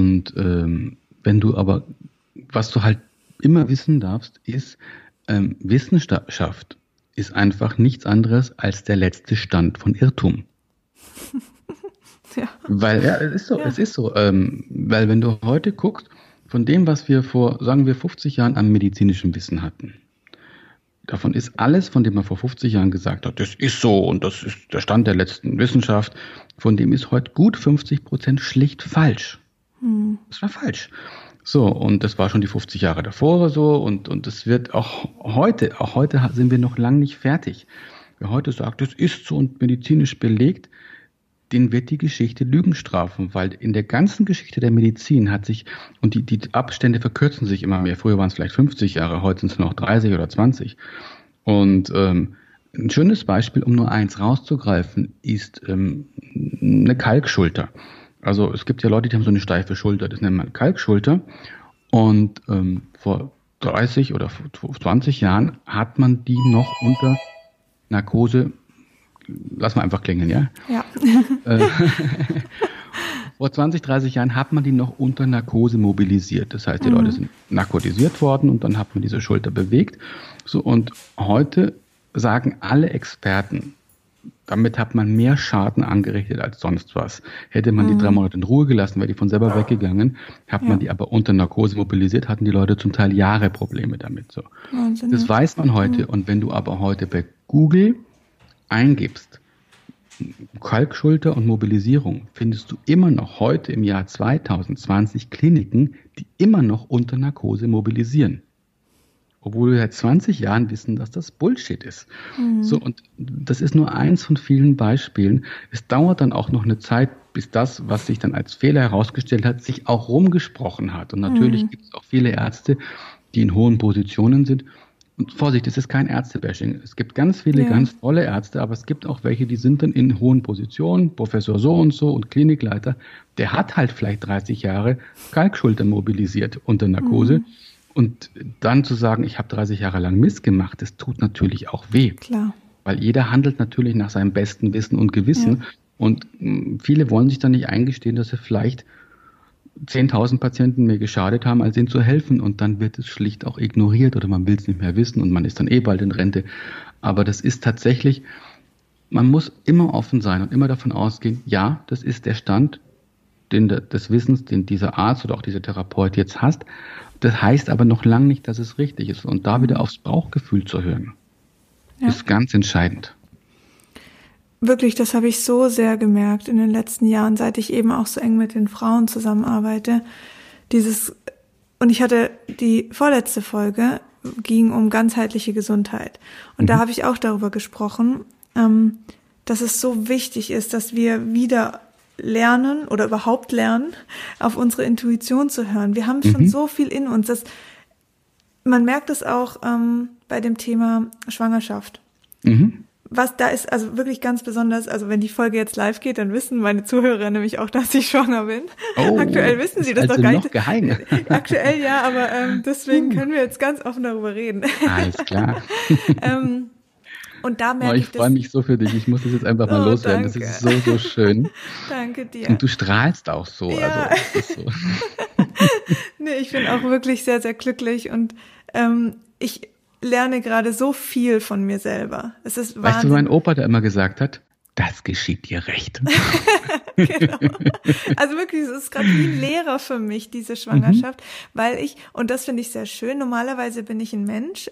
du aber, was du halt immer wissen darfst, ist, Wissenschaft ist einfach nichts anderes als der letzte Stand von Irrtum. Ja. Weil, es ist so, weil wenn du heute guckst, von dem, was wir vor, sagen wir, 50 Jahren an medizinischem Wissen hatten, davon ist alles, von dem man vor 50 Jahren gesagt hat, das ist so und das ist der Stand der letzten Wissenschaft, von dem ist heute gut 50% schlicht falsch. Das war falsch. So, und das war schon die 50 Jahre davor so und das wird auch heute sind wir noch lange nicht fertig. Wer heute sagt, das ist so und medizinisch belegt, den wird die Geschichte Lügen strafen, weil in der ganzen Geschichte der Medizin hat sich, und die Abstände verkürzen sich immer mehr. Früher waren es vielleicht 50 Jahre, heute sind es nur noch 30 oder 20. Und ein schönes Beispiel, um nur eins rauszugreifen, ist eine Kalkschulter. Also es gibt ja Leute, die haben so eine steife Schulter, das nennt man Kalkschulter. Und vor 30 oder 20 Jahren hat man die noch unter Narkose, lass mal einfach klingeln, ja? Ja. Vor 20, 30 Jahren hat man die noch unter Narkose mobilisiert. Das heißt, die Leute sind narkotisiert worden und dann hat man diese Schulter bewegt. So, und heute sagen alle Experten, damit hat man mehr Schaden angerichtet als sonst was. Hätte man die 3 Monate in Ruhe gelassen, wäre die von selber weggegangen. Hat man die aber unter Narkose mobilisiert, hatten die Leute zum Teil Jahre Probleme damit. So. Wahnsinn, Das weiß man heute. Und wenn du aber heute bei Google eingibst, Kalkschulter und Mobilisierung, findest du immer noch heute im Jahr 2020 Kliniken, die immer noch unter Narkose mobilisieren. Obwohl wir seit 20 Jahren wissen, dass das Bullshit ist. So, und das ist nur eins von vielen Beispielen. Es dauert dann auch noch eine Zeit, bis das, was sich dann als Fehler herausgestellt hat, sich auch rumgesprochen hat. Und natürlich gibt es auch viele Ärzte, die in hohen Positionen sind. Und Vorsicht, es ist kein Ärztebashing. Es gibt ganz viele ganz tolle Ärzte, aber es gibt auch welche, die sind dann in hohen Positionen, Professor so und Klinikleiter. Der hat halt vielleicht 30 Jahre Kalkschulter mobilisiert unter Narkose. Und dann zu sagen, ich habe 30 Jahre lang Mist gemacht, das tut natürlich auch weh. Klar. Weil jeder handelt natürlich nach seinem besten Wissen und Gewissen. Ja. Und viele wollen sich dann nicht eingestehen, dass sie vielleicht 10.000 Patienten mehr geschadet haben, als ihnen zu helfen. Und dann wird es schlicht auch ignoriert oder man will es nicht mehr wissen und man ist dann bald in Rente. Aber das ist tatsächlich, man muss immer offen sein und immer davon ausgehen, ja, das ist der Stand des Wissens, den dieser Arzt oder auch dieser Therapeut jetzt hat. Das heißt aber noch lange nicht, dass es richtig ist. Und da wieder aufs Bauchgefühl zu hören, ist ganz entscheidend. Wirklich, das habe ich so sehr gemerkt in den letzten Jahren, seit ich eben auch so eng mit den Frauen zusammenarbeite. Und ich hatte die vorletzte Folge, ging um ganzheitliche Gesundheit. Und da habe ich auch darüber gesprochen, dass es so wichtig ist, dass wir wieder lernen oder überhaupt lernen, auf unsere Intuition zu hören. Wir haben schon so viel in uns. Man merkt es auch bei dem Thema Schwangerschaft. Was da ist, also wirklich ganz besonders, also wenn die Folge jetzt live geht, dann wissen meine Zuhörer nämlich auch, dass ich schwanger bin. Oh, aktuell wissen sie das also doch gar noch nicht. Geheim. Aktuell ja, aber deswegen können wir jetzt ganz offen darüber reden. Alles klar. Und da merke ich freue mich so für dich. Ich muss das jetzt einfach mal loswerden. Danke. Das ist so schön. Danke dir. Und du strahlst auch so. Ja. Also, das ist so. Nee, ich bin auch wirklich sehr, sehr glücklich und ich lerne gerade so viel von mir selber. Es ist Wahnsinn. Weißt du, mein Opa, der immer gesagt hat, das geschieht dir recht. Genau. Also wirklich, es ist gerade wie ein Lehrer für mich, diese Schwangerschaft, weil und das finde ich sehr schön, normalerweise bin ich ein Mensch,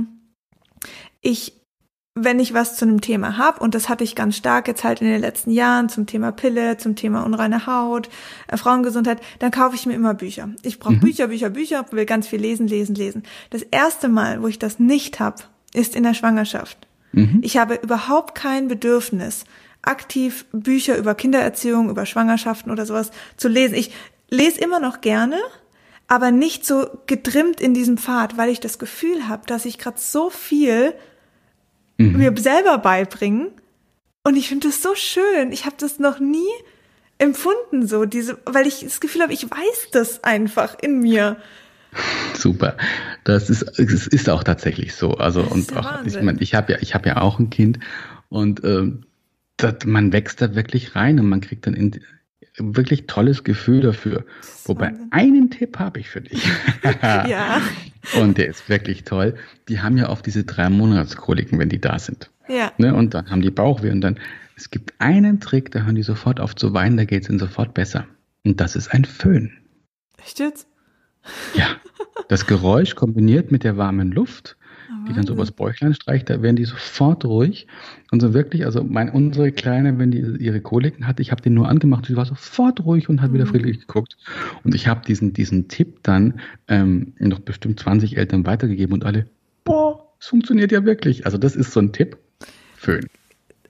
wenn ich was zu einem Thema habe, und das hatte ich ganz stark jetzt halt in den letzten Jahren zum Thema Pille, zum Thema unreine Haut, Frauengesundheit, dann kaufe ich mir immer Bücher. Ich brauche Bücher, will ganz viel lesen. Das erste Mal, wo ich das nicht habe, ist in der Schwangerschaft. Ich habe überhaupt kein Bedürfnis, aktiv Bücher über Kindererziehung, über Schwangerschaften oder sowas zu lesen. Ich lese immer noch gerne, aber nicht so getrimmt in diesem Pfad, weil ich das Gefühl habe, dass ich gerade so viel mir selber beibringen. Und ich finde das so schön. Ich habe das noch nie empfunden, weil ich das Gefühl habe, ich weiß das einfach in mir. Super. Es ist auch tatsächlich so. Also, und auch, ich habe ja auch ein Kind und man wächst da wirklich rein und man kriegt dann ein wirklich tolles Gefühl dafür. Wobei, einen Tipp habe ich für dich. Ja. Und der ist wirklich toll. Die haben ja oft diese 3-Monats-Koliken, wenn die da sind. Ja. Ne? Und dann haben die Bauchweh und dann, es gibt einen Trick, da hören die sofort auf zu weinen, da geht es ihnen sofort besser. Und das ist ein Föhn. Echt jetzt? Ja. Das Geräusch kombiniert mit der warmen Luft, die dann so übers Bäuchlein streicht, da werden die sofort ruhig. Und so wirklich, also unsere Kleine, wenn die ihre Koliken hatte, ich habe den nur angemacht, sie war sofort ruhig und hat wieder friedlich geguckt. Und ich habe diesen Tipp dann noch bestimmt 20 Eltern weitergegeben und alle, boah, es funktioniert ja wirklich. Also das ist so ein Tipp. Föhn.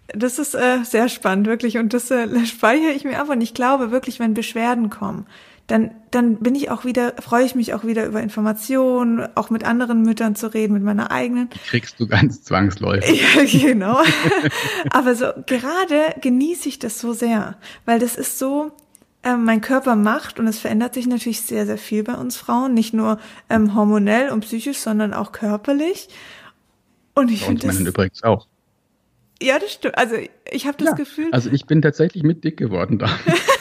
Das ist sehr spannend, wirklich. Und das speichere ich mir ab. Und ich glaube wirklich, wenn Beschwerden kommen, dann bin ich auch wieder, freue ich mich auch wieder über Informationen, auch mit anderen Müttern zu reden, mit meiner eigenen. Die kriegst du ganz zwangsläufig. Ja, genau. Aber so gerade genieße ich das so sehr, weil das ist so, mein Körper macht, und es verändert sich natürlich sehr, sehr viel bei uns Frauen, nicht nur hormonell und psychisch, sondern auch körperlich. Und ich finde das übrigens auch. Ja, das stimmt. Also ich habe das Gefühl. Also ich bin tatsächlich mit dick geworden da.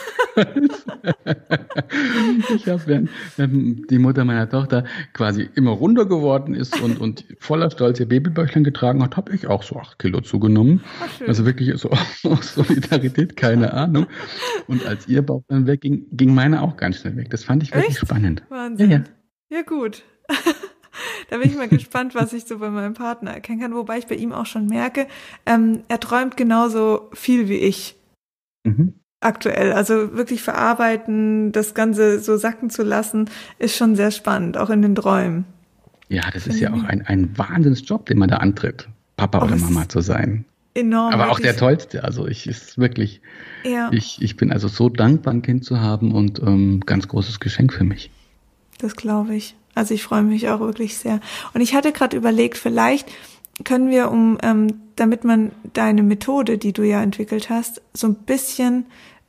Ich habe, wenn die Mutter meiner Tochter quasi immer runder geworden ist und voller Stolz ihr Babybäuchlein getragen hat, habe ich auch so 8 Kilo zugenommen. Also wirklich so aus Solidarität, keine Ahnung. Und als ihr Bauch dann wegging, ging meine auch ganz schnell weg. Das fand ich wirklich spannend. Wahnsinn. Ja, gut. Da bin ich mal gespannt, was ich so bei meinem Partner erkennen kann. Wobei ich bei ihm auch schon merke, er träumt genauso viel wie ich. Aktuell. Also wirklich verarbeiten, das Ganze so sacken zu lassen, ist schon sehr spannend, auch in den Träumen. Ja, das ist ja auch ein Wahnsinnsjob, den man da antritt, Papa oder Mama zu sein. Enorm. Aber auch der tollste. Also ich bin also so dankbar, ein Kind zu haben und ganz großes Geschenk für mich. Das glaube ich. Also ich freue mich auch wirklich sehr. Und ich hatte gerade überlegt, vielleicht können wir, damit man deine Methode, die du ja entwickelt hast, so ein bisschen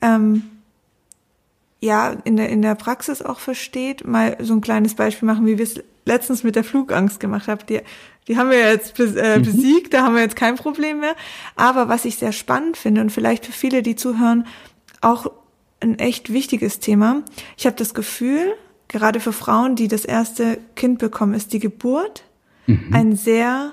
in der Praxis auch versteht, mal so ein kleines Beispiel machen, wie wir es letztens mit der Flugangst gemacht haben. Die haben wir jetzt besiegt, da haben wir jetzt kein Problem mehr. Aber was ich sehr spannend finde und vielleicht für viele, die zuhören, auch ein echt wichtiges Thema. Ich habe das Gefühl, gerade für Frauen, die das erste Kind bekommen, ist die Geburt eine sehr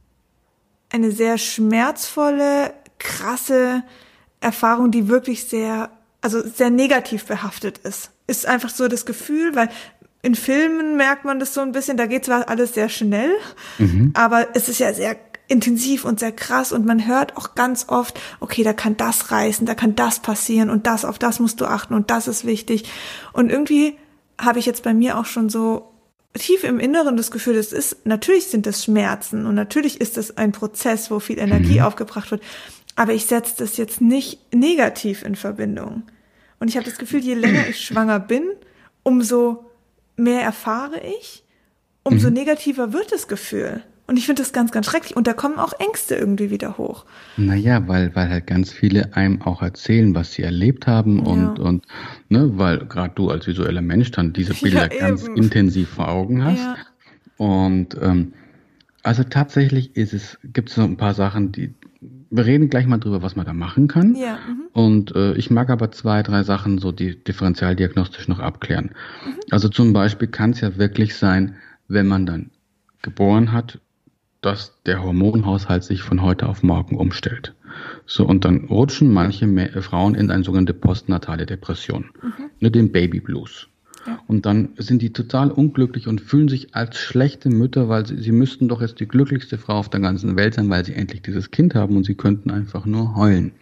schmerzvolle, krasse Erfahrung, die wirklich sehr negativ behaftet ist. Ist einfach so das Gefühl, weil in Filmen merkt man das so ein bisschen, da geht zwar alles sehr schnell, aber es ist ja sehr intensiv und sehr krass und man hört auch ganz oft, okay, da kann das reißen, da kann das passieren und auf das musst du achten und das ist wichtig. Und irgendwie habe ich jetzt bei mir auch schon so tief im Inneren das Gefühl, natürlich sind das Schmerzen und natürlich ist das ein Prozess, wo viel Energie aufgebracht wird, aber ich setze das jetzt nicht negativ in Verbindung. Und ich habe das Gefühl, je länger ich schwanger bin, umso mehr erfahre ich, umso negativer wird das Gefühl. Und ich finde das ganz, ganz schrecklich. Und da kommen auch Ängste irgendwie wieder hoch. Naja, weil halt ganz viele einem auch erzählen, was sie erlebt haben und weil gerade du als visueller Mensch dann diese Bilder ganz intensiv vor Augen hast. Ja. Und also tatsächlich gibt es so ein paar Sachen, wir reden gleich mal drüber, was man da machen kann. Ja. Und ich mag aber 2, 3 Sachen so die differentialdiagnostisch noch abklären. Also zum Beispiel kann es ja wirklich sein, wenn man dann geboren hat, dass der Hormonhaushalt sich von heute auf morgen umstellt. So, und dann rutschen manche Frauen in eine sogenannte postnatale Depression, den Baby Blues. Ja. Und dann sind die total unglücklich und fühlen sich als schlechte Mütter, weil sie müssten doch jetzt die glücklichste Frau auf der ganzen Welt sein, weil sie endlich dieses Kind haben und sie könnten einfach nur heulen.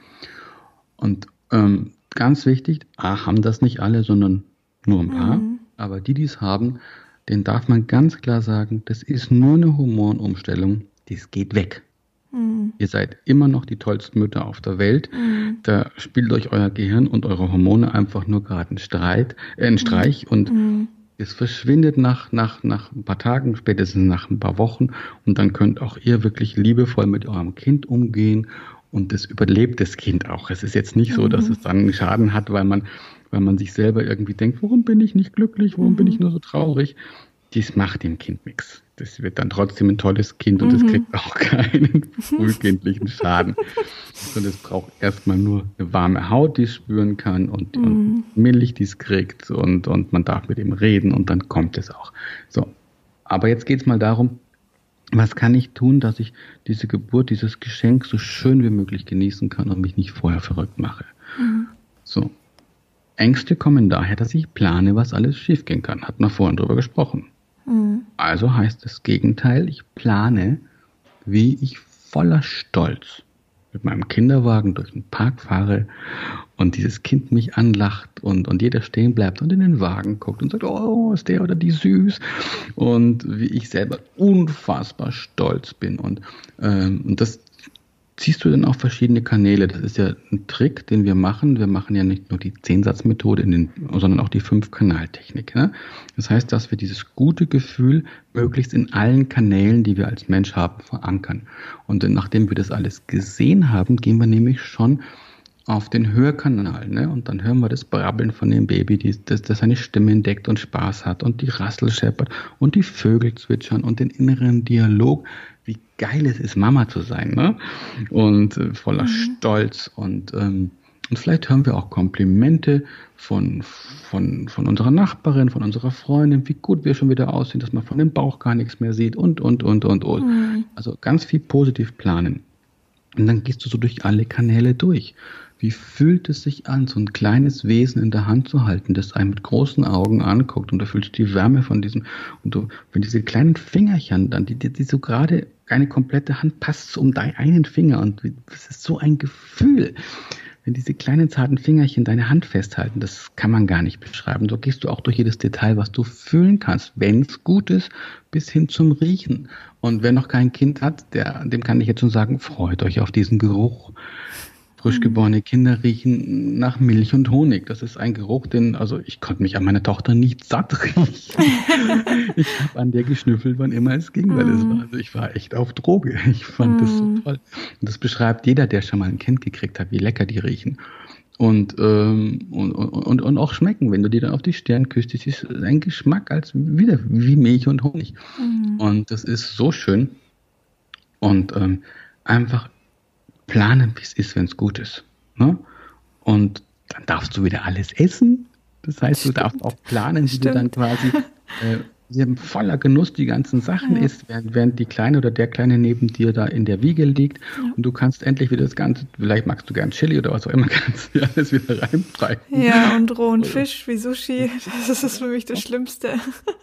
Und ganz wichtig, haben das nicht alle, sondern nur ein paar, aber die es haben, den darf man ganz klar sagen, das ist nur eine Hormonumstellung, das geht weg. Ihr seid immer noch die tollsten Mütter auf der Welt. Da spielt euch euer Gehirn und eure Hormone einfach nur gerade einen Streich und es verschwindet nach ein paar Tagen, spätestens nach ein paar Wochen und dann könnt auch ihr wirklich liebevoll mit eurem Kind umgehen und das überlebt das Kind auch. Es ist jetzt nicht so, dass es dann einen Schaden hat, weil man sich selber irgendwie denkt, warum bin ich nicht glücklich, warum bin ich nur so traurig? Das macht dem Kind nichts. Das wird dann trotzdem ein tolles Kind und es kriegt auch keinen frühkindlichen Schaden. Und es braucht erstmal nur eine warme Haut, die es spüren kann und Milch, die es kriegt und man darf mit ihm reden und dann kommt es auch. So, aber jetzt geht es mal darum, was kann ich tun, dass ich diese Geburt, dieses Geschenk so schön wie möglich genießen kann und mich nicht vorher verrückt mache. So. Ängste kommen daher, dass ich plane, was alles schiefgehen kann. Hatten wir vorhin drüber gesprochen. Also heißt das Gegenteil, ich plane, wie ich voller Stolz mit meinem Kinderwagen durch den Park fahre und dieses Kind mich anlacht und jeder stehen bleibt und in den Wagen guckt und sagt, oh, ist der oder die süß. Und wie ich selber unfassbar stolz bin. Und das ziehst du dann auch verschiedene Kanäle. Das ist ja ein Trick, den wir machen. Wir machen ja nicht nur die 10-Satz-Methode, sondern auch die 5-Kanal-Technik. Ne? Das heißt, dass wir dieses gute Gefühl möglichst in allen Kanälen, die wir als Mensch haben, verankern. Und nachdem wir das alles gesehen haben, gehen wir nämlich schon auf den Hörkanal, ne? Und dann hören wir das Brabbeln von dem Baby, das seine Stimme entdeckt und Spaß hat und die Rassel scheppert und die Vögel zwitschern und den inneren Dialog, wie geil es ist, Mama zu sein, ne? Und voller Stolz und vielleicht hören wir auch Komplimente von unserer Nachbarin, von unserer Freundin, wie gut wir schon wieder aussehen, dass man von dem Bauch gar nichts mehr sieht und. Also ganz viel positiv planen. Und dann gehst du so durch alle Kanäle durch. Wie fühlt es sich an, so ein kleines Wesen in der Hand zu halten, das einen mit großen Augen anguckt und du fühlst die Wärme von diesem, wenn diese kleinen Fingerchen dann, die so gerade, eine komplette Hand passt um deinen einen Finger und das ist so ein Gefühl. Wenn diese kleinen zarten Fingerchen deine Hand festhalten, das kann man gar nicht beschreiben. So gehst du auch durch jedes Detail, was du fühlen kannst, wenn es gut ist, bis hin zum Riechen. Und wer noch kein Kind hat, dem kann ich jetzt schon sagen, freut euch auf diesen Geruch. Frisch geborene Kinder riechen nach Milch und Honig. Das ist ein Geruch, ich konnte mich an meiner Tochter nicht satt riechen. Ich habe an der geschnüffelt, wann immer es ging, weil ich war echt auf Droge. Ich fand das so toll. Und das beschreibt jeder, der schon mal ein Kind gekriegt hat, wie lecker die riechen. Und auch schmecken. Wenn du die dann auf die Stirn küsst, das ist ein Geschmack wie Milch und Honig. Und das ist so schön. Und einfach planen, wie es ist, wenn es gut ist. Ne? Und dann darfst du wieder alles essen. Das heißt, du darfst auch planen, wie du dann quasi voller Genuss die ganzen Sachen isst, während die Kleine oder der Kleine neben dir da in der Wiege liegt. Ja. Und du kannst endlich wieder das Ganze, vielleicht magst du gern Chili oder was auch immer, kannst du alles wieder reinpfeifen. Ja, und rohen Fisch wie Sushi, das ist für mich das Schlimmste.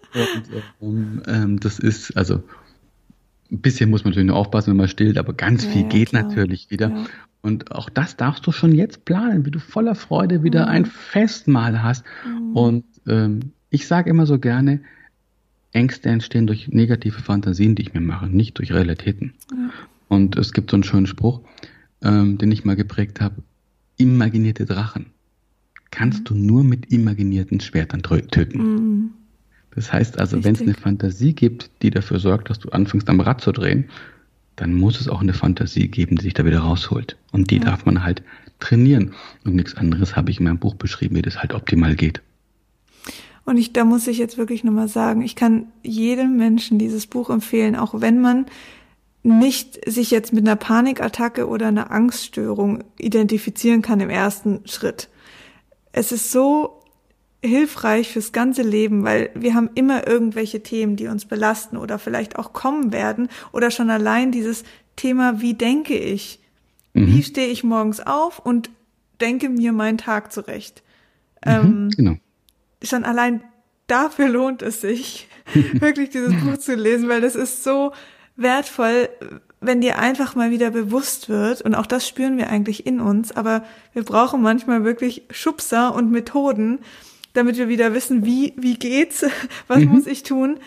Und das ist, also ein bisschen muss man natürlich nur aufpassen, wenn man stillt, aber ganz viel geht klar. Natürlich wieder. Ja. Und auch das darfst du schon jetzt planen, wie du voller Freude wieder ein Festmahl hast. Und ich sage immer so gerne, Ängste entstehen durch negative Fantasien, die ich mir mache, nicht durch Realitäten. Ja. Und es gibt so einen schönen Spruch, den ich mal geprägt habe, imaginierte Drachen kannst du nur mit imaginierten Schwertern töten. Das heißt also, wenn es eine Fantasie gibt, die dafür sorgt, dass du anfängst am Rad zu drehen, dann muss es auch eine Fantasie geben, die sich da wieder rausholt. Und die darf man halt trainieren. Und nichts anderes habe ich in meinem Buch beschrieben, wie das halt optimal geht. Und da muss ich jetzt wirklich nochmal sagen, ich kann jedem Menschen dieses Buch empfehlen, auch wenn man nicht sich jetzt mit einer Panikattacke oder einer Angststörung identifizieren kann im ersten Schritt. Es ist so hilfreich fürs ganze Leben, weil wir haben immer irgendwelche Themen, die uns belasten oder vielleicht auch kommen werden oder schon allein dieses Thema, wie denke ich? Wie stehe ich morgens auf und denke mir meinen Tag zurecht? Genau. Schon allein dafür lohnt es sich, wirklich dieses Buch zu lesen, weil das ist so wertvoll, wenn dir einfach mal wieder bewusst wird, und auch das spüren wir eigentlich in uns, aber wir brauchen manchmal wirklich Schubser und Methoden, damit wir wieder wissen, wie geht's, was muss ich tun.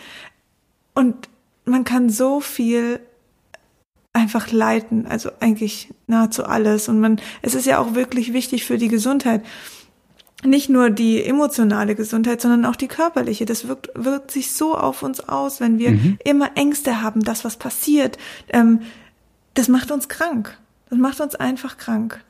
Und man kann so viel einfach leiten, also eigentlich nahezu alles. Und es ist ja auch wirklich wichtig für die Gesundheit. Nicht nur die emotionale Gesundheit, sondern auch die körperliche. Das wirkt sich so auf uns aus, wenn wir immer Ängste haben, dass was passiert. Das macht uns krank. Das macht uns einfach krank.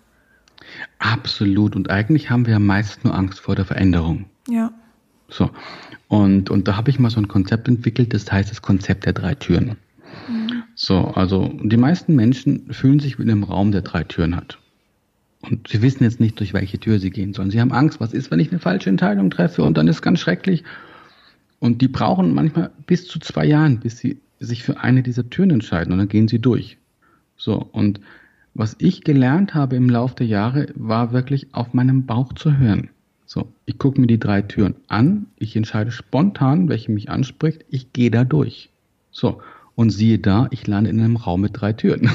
Absolut. Und eigentlich haben wir ja meist nur Angst vor der Veränderung. Ja. So. Und da habe ich mal so ein Konzept entwickelt, das heißt das Konzept der 3 Türen. So, also die meisten Menschen fühlen sich wie in einem Raum, der 3 Türen hat. Und sie wissen jetzt nicht, durch welche Tür sie gehen sollen. Sie haben Angst, was ist, wenn ich eine falsche Entscheidung treffe und dann ist es ganz schrecklich. Und die brauchen manchmal bis zu 2 Jahren, bis sie sich für eine dieser Türen entscheiden und dann gehen sie durch. So, und was ich gelernt habe im Laufe der Jahre, war wirklich auf meinem Bauch zu hören. So, ich gucke mir die 3 Türen an, ich entscheide spontan, welche mich anspricht, ich gehe da durch. So, und siehe da, ich lande in einem Raum mit 3 Türen.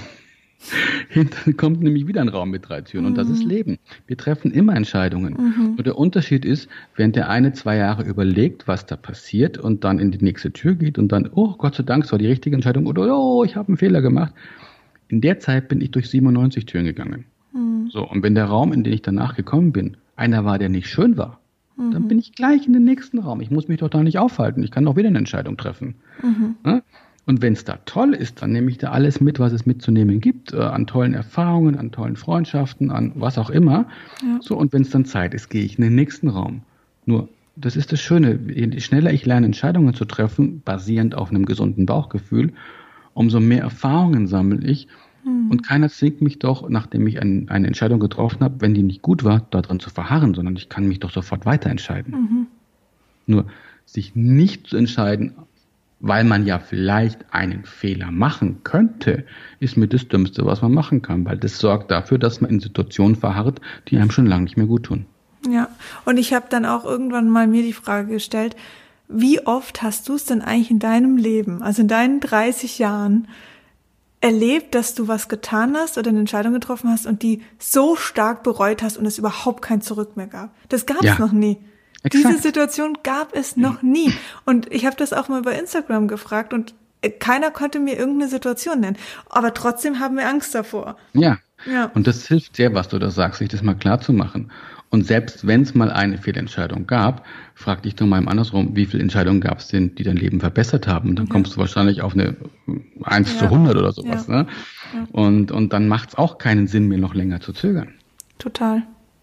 Hinten kommt nämlich wieder ein Raum mit 3 Türen und das ist Leben. Wir treffen immer Entscheidungen. Und der Unterschied ist, während der eine 2 Jahre überlegt, was da passiert und dann in die nächste Tür geht und dann, oh Gott sei Dank, es war die richtige Entscheidung oder oh, ich habe einen Fehler gemacht, in der Zeit bin ich durch 97 Türen gegangen. So, und wenn der Raum, in den ich danach gekommen bin, einer war, der nicht schön war, dann bin ich gleich in den nächsten Raum. Ich muss mich doch da nicht aufhalten. Ich kann doch wieder eine Entscheidung treffen. Ja? Und wenn es da toll ist, dann nehme ich da alles mit, was es mitzunehmen gibt, an tollen Erfahrungen, an tollen Freundschaften, an was auch immer. Ja. So, und wenn es dann Zeit ist, gehe ich in den nächsten Raum. Nur, das ist das Schöne, je schneller ich lerne, Entscheidungen zu treffen, basierend auf einem gesunden Bauchgefühl, umso mehr Erfahrungen sammle ich. Und keiner zwingt mich doch, nachdem ich eine Entscheidung getroffen habe, wenn die nicht gut war, daran zu verharren, sondern ich kann mich doch sofort weiter entscheiden. Nur sich nicht zu entscheiden, weil man ja vielleicht einen Fehler machen könnte, ist mir das Dümmste, was man machen kann, weil das sorgt dafür, dass man in Situationen verharrt, die einem schon lange nicht mehr gut tun. Ja, und ich habe dann auch irgendwann mal mir die Frage gestellt, wie oft hast du es denn eigentlich in deinem Leben, also in deinen 30 Jahren, erlebt, dass du was getan hast oder eine Entscheidung getroffen hast und die so stark bereut hast und es überhaupt kein Zurück mehr gab. Das gab es noch nie. Exakt. Diese Situation gab es noch nie. Und ich habe das auch mal bei Instagram gefragt und keiner konnte mir irgendeine Situation nennen. Aber trotzdem haben wir Angst davor. Ja. Und das hilft sehr, was du da sagst, sich das mal klar zu machen. Und selbst wenn es mal eine Fehlentscheidung gab, frag dich doch mal im andersrum, wie viele Entscheidungen gab es denn, die dein Leben verbessert haben? Und dann kommst du wahrscheinlich auf eine 1 zu 100 oder sowas. Ne? Ja. Und dann macht es auch keinen Sinn mehr, noch länger zu zögern. Total.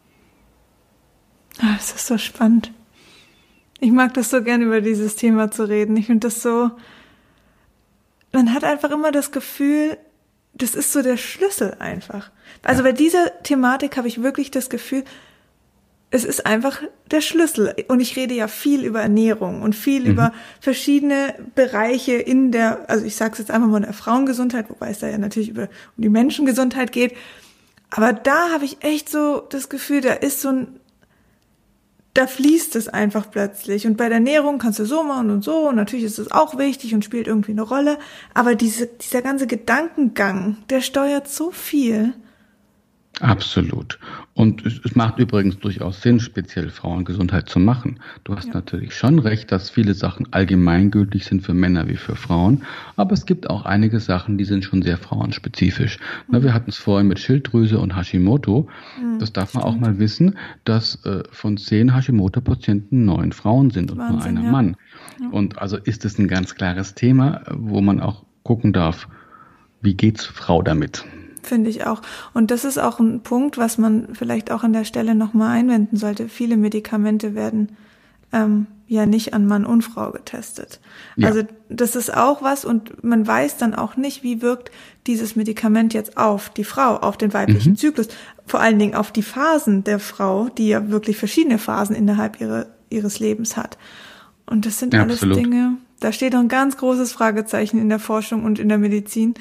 Das ist so spannend. Ich mag das so gerne, über dieses Thema zu reden. Ich finde das so, man hat einfach immer das Gefühl, das ist so der Schlüssel einfach. Also bei dieser Thematik habe ich wirklich das Gefühl, es ist einfach der Schlüssel. Und ich rede ja viel über Ernährung und viel über verschiedene Bereiche in der, also ich sage es jetzt einfach mal in der Frauengesundheit, wobei es da ja natürlich um die Menschengesundheit geht. Aber da habe ich echt so das Gefühl, da fließt es einfach plötzlich. Und bei der Ernährung kannst du so machen und so. Und natürlich ist es auch wichtig und spielt irgendwie eine Rolle. Aber dieser ganze Gedankengang, der steuert so viel. Absolut. Und es macht übrigens durchaus Sinn, speziell Frauengesundheit zu machen. Du hast natürlich schon recht, dass viele Sachen allgemeingültig sind für Männer wie für Frauen. Aber es gibt auch einige Sachen, die sind schon sehr frauenspezifisch. Wir hatten es vorhin mit Schilddrüse und Hashimoto. Das darf man auch mal wissen, dass von 10 Hashimoto-Patienten 9 Frauen sind und nur einer Mann. Ja. Und also ist es ein ganz klares Thema, wo man auch gucken darf, wie geht's Frau damit? Finde ich auch. Und das ist auch ein Punkt, was man vielleicht auch an der Stelle nochmal einwenden sollte. Viele Medikamente werden ja nicht an Mann und Frau getestet. Ja. Also das ist auch was und man weiß dann auch nicht, wie wirkt dieses Medikament jetzt auf die Frau, auf den weiblichen Zyklus, vor allen Dingen auf die Phasen der Frau, die ja wirklich verschiedene Phasen innerhalb ihres Lebens hat. Und das sind alles Dinge, da steht noch ein ganz großes Fragezeichen in der Forschung und in der Medizin.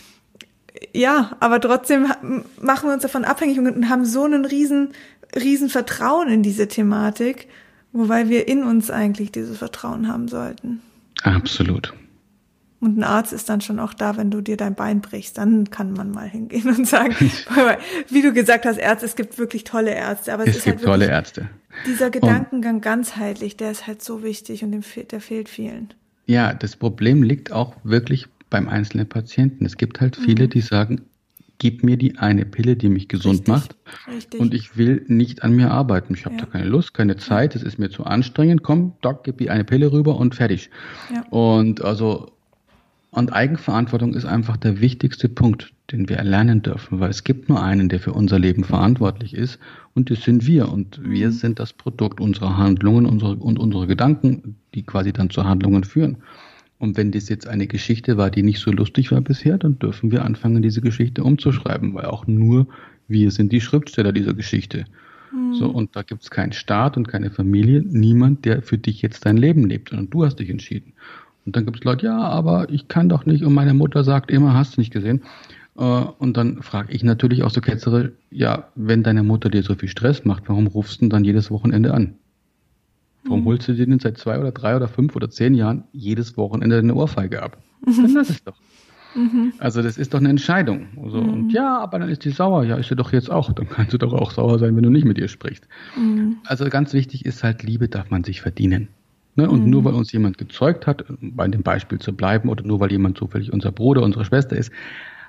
Ja, aber trotzdem machen wir uns davon abhängig und haben so einen riesen Vertrauen in diese Thematik, wobei wir in uns eigentlich dieses Vertrauen haben sollten. Absolut. Und ein Arzt ist dann schon auch da, wenn du dir dein Bein brichst, dann kann man mal hingehen und sagen, wie du gesagt hast, Ärzte, es gibt wirklich tolle Ärzte, aber es gibt halt tolle Ärzte. Dieser Gedankengang ganzheitlich, der ist halt so wichtig und der fehlt vielen. Ja, das Problem liegt auch wirklich beim einzelnen Patienten. Es gibt halt viele, die sagen, gib mir die eine Pille, die mich gesund macht. Richtig. Und ich will nicht an mir arbeiten. Ich habe da keine Lust, keine Zeit, es ist mir zu anstrengend. Komm, Doc, gib mir eine Pille rüber und fertig. Ja. Und Eigenverantwortung ist einfach der wichtigste Punkt, den wir erlernen dürfen, weil es gibt nur einen, der für unser Leben verantwortlich ist und das sind wir. Und wir sind das Produkt unserer Handlungen und unserer Gedanken, die quasi dann zu Handlungen führen. Und wenn das jetzt eine Geschichte war, die nicht so lustig war bisher, dann dürfen wir anfangen, diese Geschichte umzuschreiben, weil auch nur wir sind die Schriftsteller dieser Geschichte. So, und da gibt es keinen Staat und keine Familie, niemand, der für dich jetzt dein Leben lebt, sondern du hast dich entschieden. Und dann gibt es Leute, ja, aber ich kann doch nicht und meine Mutter sagt immer, hast du nicht gesehen. Und dann frage ich natürlich auch so ketzerisch, ja, wenn deine Mutter dir so viel Stress macht, warum rufst du denn dann jedes Wochenende an? Warum holst du dir denn seit 2 oder 3 oder 5 oder 10 Jahren jedes Wochenende eine Ohrfeige ab? Dann lass es doch. Also das ist doch eine Entscheidung. Also, und ja, aber dann ist die sauer. Ja, ist sie doch jetzt auch. Dann kannst du doch auch sauer sein, wenn du nicht mit ihr sprichst. Also ganz wichtig ist halt, Liebe darf man sich verdienen. Ne? Und nur weil uns jemand gezeugt hat, bei dem Beispiel zu bleiben, oder nur weil jemand zufällig unser Bruder, unsere Schwester ist,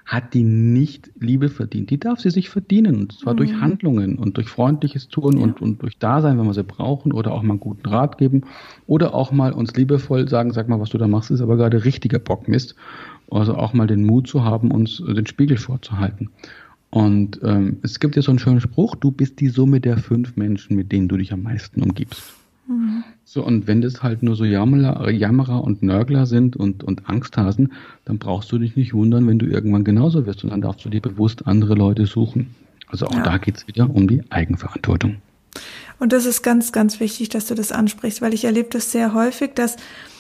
hat die nicht Liebe verdient. Die darf sie sich verdienen. Und zwar durch Handlungen und durch freundliches Tun und durch Dasein, wenn wir sie brauchen, oder auch mal einen guten Rat geben oder auch mal uns liebevoll sagen, sag mal, was du da machst, ist aber gerade richtiger Bockmist. Also auch mal den Mut zu haben, uns den Spiegel vorzuhalten. Und es gibt ja so einen schönen Spruch, du bist die Summe der 5 Menschen, mit denen du dich am meisten umgibst. So, und wenn das halt nur so Jammerer und Nörgler sind und Angsthasen, dann brauchst du dich nicht wundern, wenn du irgendwann genauso wirst. Und dann darfst du dir bewusst andere Leute suchen. Also auch da geht's wieder um die Eigenverantwortung. Und das ist ganz, ganz wichtig, dass du das ansprichst, weil ich erlebe das sehr häufig, dass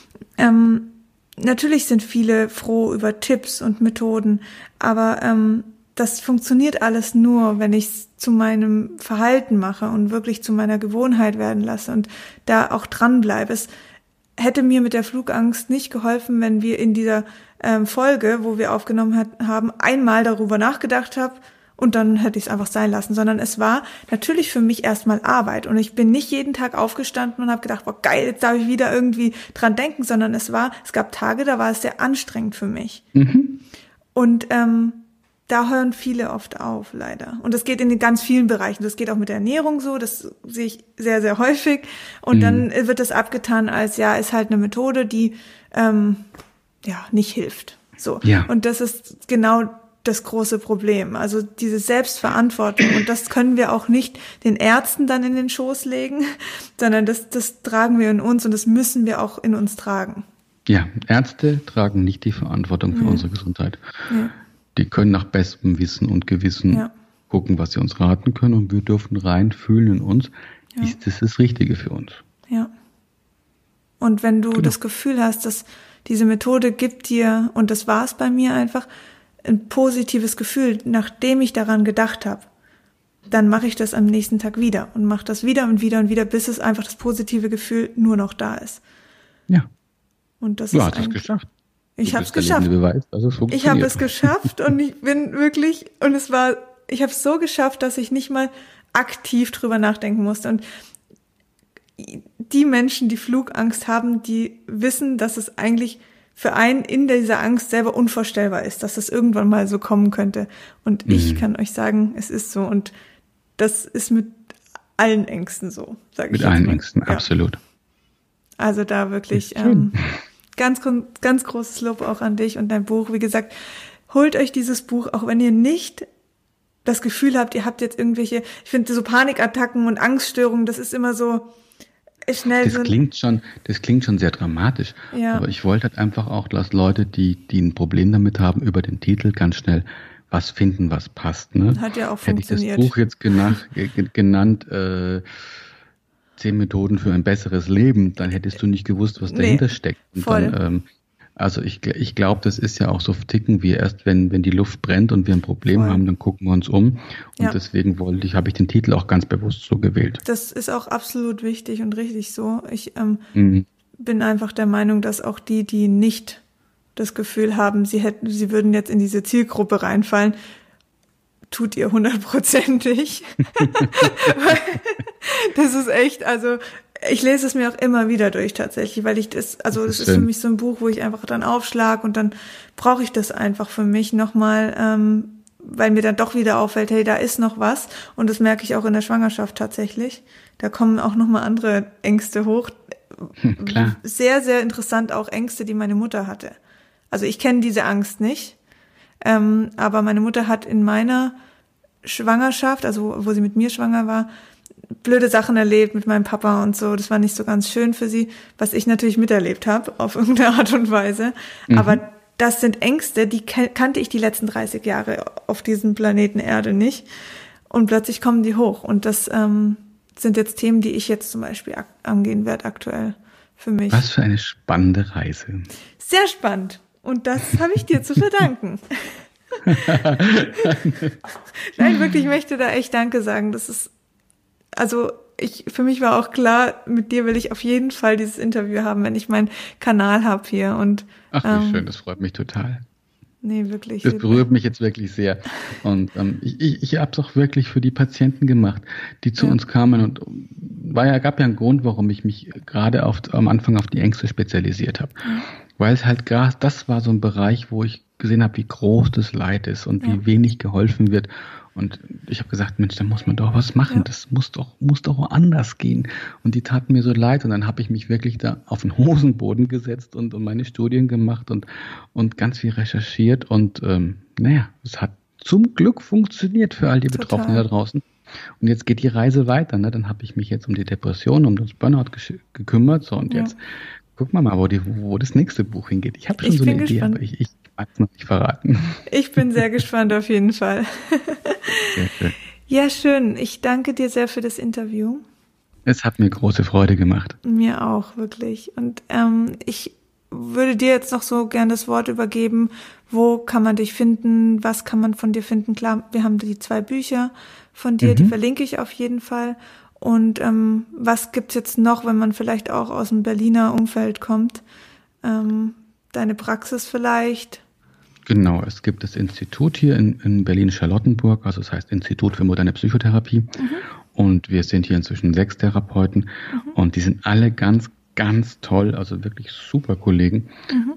natürlich sind viele froh über Tipps und Methoden, aber das funktioniert alles nur, wenn ich es zu meinem Verhalten mache und wirklich zu meiner Gewohnheit werden lasse und da auch dranbleibe. Es hätte mir mit der Flugangst nicht geholfen, wenn wir in dieser Folge, wo wir aufgenommen haben, einmal darüber nachgedacht habe und dann hätte ich es einfach sein lassen, sondern es war natürlich für mich erstmal Arbeit und ich bin nicht jeden Tag aufgestanden und habe gedacht, boah geil, jetzt darf ich wieder irgendwie dran denken, sondern es gab Tage, da war es sehr anstrengend für mich. Und da hören viele oft auf, leider. Und das geht in den ganz vielen Bereichen. Das geht auch mit der Ernährung so, das sehe ich sehr, sehr häufig. Und dann wird das abgetan als, ja, ist halt eine Methode, die nicht hilft. So. Ja. Und das ist genau das große Problem. Also diese Selbstverantwortung. Und das können wir auch nicht den Ärzten dann in den Schoß legen, sondern das tragen wir in uns und das müssen wir auch in uns tragen. Ja, Ärzte tragen nicht die Verantwortung für unsere Gesundheit. Ja. Die können nach bestem Wissen und Gewissen gucken, was sie uns raten können. Und wir dürfen rein fühlen in uns, ist das Richtige für uns. Ja. Und wenn du das Gefühl hast, dass diese Methode gibt dir, und das war es bei mir einfach, ein positives Gefühl, nachdem ich daran gedacht habe, dann mache ich das am nächsten Tag wieder und mache das wieder und wieder und wieder, bis es einfach das positive Gefühl nur noch da ist. Ja. Und das du hast es geschafft. Ich habe es geschafft. Ich habe es geschafft und ich bin wirklich, ich habe es so geschafft, dass ich nicht mal aktiv drüber nachdenken musste. Und die Menschen, die Flugangst haben, die wissen, dass es eigentlich für einen in dieser Angst selber unvorstellbar ist, dass das irgendwann mal so kommen könnte. Und ich kann euch sagen, es ist so. Und das ist mit allen Ängsten so, sage ich. Mit allen Ängsten, absolut. Also da wirklich ganz, ganz großes Lob auch an dich und dein Buch. Wie gesagt, holt euch dieses Buch, auch wenn ihr nicht das Gefühl habt, ihr habt jetzt irgendwelche, ich finde so Panikattacken und Angststörungen, das ist immer so schnell. Das klingt schon sehr dramatisch. Ja. Aber ich wollte halt einfach auch, dass Leute, die ein Problem damit haben, über den Titel ganz schnell was finden, was passt. Ne? Hat ja auch funktioniert. Hätte ich das Buch jetzt genannt 10 Methoden für ein besseres Leben, dann hättest du nicht gewusst, was dahinter steckt. Und voll. Dann, also ich glaube, das ist ja auch so, ticken wir erst, wenn die Luft brennt und wir ein Problem haben, dann gucken wir uns um. Und deswegen habe ich den Titel auch ganz bewusst so gewählt. Das ist auch absolut wichtig und richtig so. Ich bin einfach der Meinung, dass auch die nicht das Gefühl haben, sie würden jetzt in diese Zielgruppe reinfallen, tut ihr 100%ig. Das ist echt, also ich lese es mir auch immer wieder durch tatsächlich, weil das ist für mich so ein Buch, wo ich einfach dann aufschlag und dann brauche ich das einfach für mich nochmal, weil mir dann doch wieder auffällt, hey, da ist noch was, und das merke ich auch in der Schwangerschaft tatsächlich. Da kommen auch nochmal andere Ängste hoch. Klar. Sehr, sehr interessant auch Ängste, die meine Mutter hatte. Also ich kenne diese Angst nicht. Aber meine Mutter hat in meiner Schwangerschaft, also wo sie mit mir schwanger war, blöde Sachen erlebt mit meinem Papa und so. Das war nicht so ganz schön für sie, was ich natürlich miterlebt habe, auf irgendeine Art und Weise. Aber das sind Ängste, die kannte ich die letzten 30 Jahre auf diesem Planeten Erde nicht. Und plötzlich kommen die hoch. Und das sind jetzt Themen, die ich jetzt zum Beispiel angehen werde aktuell für mich. Was für eine spannende Reise. Sehr spannend. Und das habe ich dir zu verdanken. Nein, wirklich, ich möchte da echt Danke sagen. Das ist, also für mich war auch klar, mit dir will ich auf jeden Fall dieses Interview haben, wenn ich meinen Kanal habe hier. Und, ach, wie schön, das freut mich total. Nee, wirklich. Das berührt mich jetzt wirklich sehr. Und ich habe es auch wirklich für die Patienten gemacht, die zu uns kamen. Und gab ja einen Grund, warum ich mich gerade am Anfang auf die Ängste spezialisiert habe. Weil es halt das war so ein Bereich, wo ich gesehen habe, wie groß das Leid ist und wie wenig geholfen wird. Und ich habe gesagt, Mensch, da muss man doch was machen. Ja. Das muss doch anders gehen. Und die taten mir so leid. Und dann habe ich mich wirklich da auf den Hosenboden gesetzt und meine Studien gemacht und ganz viel recherchiert. Und es hat zum Glück funktioniert für all die Betroffenen da draußen. Und jetzt geht die Reise weiter. Ne? Dann habe ich mich jetzt um die Depression, um das Burnout gekümmert. So, und jetzt gucken wir mal, wo das nächste Buch hingeht. Ich habe schon so eine Idee, aber ich mag es noch nicht verraten. Ich bin sehr gespannt auf jeden Fall. Sehr schön. Ja, schön. Ich danke dir sehr für das Interview. Es hat mir große Freude gemacht. Mir auch, wirklich. Und ich würde dir jetzt noch so gern das Wort übergeben. Wo kann man dich finden? Was kann man von dir finden? Klar, wir haben die 2 Bücher von dir, die verlinke ich auf jeden Fall. Und was gibt's jetzt noch, wenn man vielleicht auch aus dem Berliner Umfeld kommt? Deine Praxis vielleicht? Genau, es gibt das Institut hier in Berlin-Charlottenburg, also das heißt Institut für moderne Psychotherapie. Und wir sind hier inzwischen 6 Therapeuten und die sind alle ganz, ganz toll, also wirklich super Kollegen.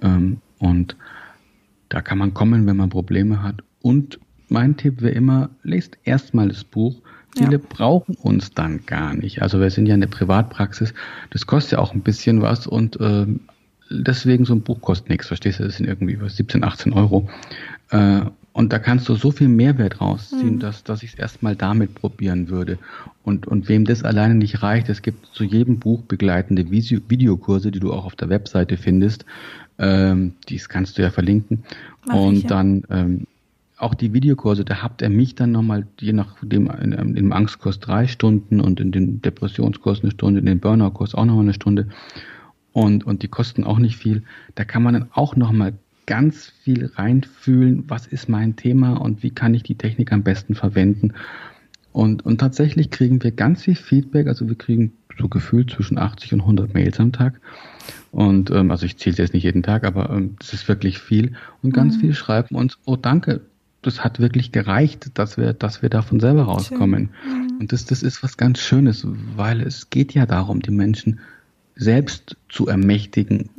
Und da kann man kommen, wenn man Probleme hat. Und mein Tipp wäre immer, lest erstmal das Buch. Viele brauchen uns dann gar nicht. Also wir sind ja eine Privatpraxis, das kostet ja auch ein bisschen was und deswegen so ein Buch kostet nichts, verstehst du, das sind irgendwie über 17, 18 Euro. Und da kannst du so viel Mehrwert rausziehen, dass ich es erstmal damit probieren würde. Und wem das alleine nicht reicht, es gibt zu jedem Buch begleitende Videokurse, die du auch auf der Webseite findest. Dies kannst du ja verlinken. Dann auch die Videokurse, da habt ihr mich dann nochmal, je nachdem, im Angstkurs 3 Stunden und in den Depressionskurs 1 Stunde, in den Burnout-Kurs auch nochmal 1 Stunde. Und die kosten auch nicht viel. Da kann man dann auch nochmal ganz viel reinfühlen, was ist mein Thema und wie kann ich die Technik am besten verwenden. Und tatsächlich kriegen wir ganz viel Feedback, also wir kriegen so gefühlt zwischen 80 und 100 Mails am Tag. Und also ich zähle es jetzt nicht jeden Tag, aber das ist wirklich viel. Und ganz viel schreiben uns, oh danke, das hat wirklich gereicht, dass wir davon selber rauskommen. Und das ist was ganz Schönes, weil es geht ja darum, die Menschen selbst zu ermächtigen,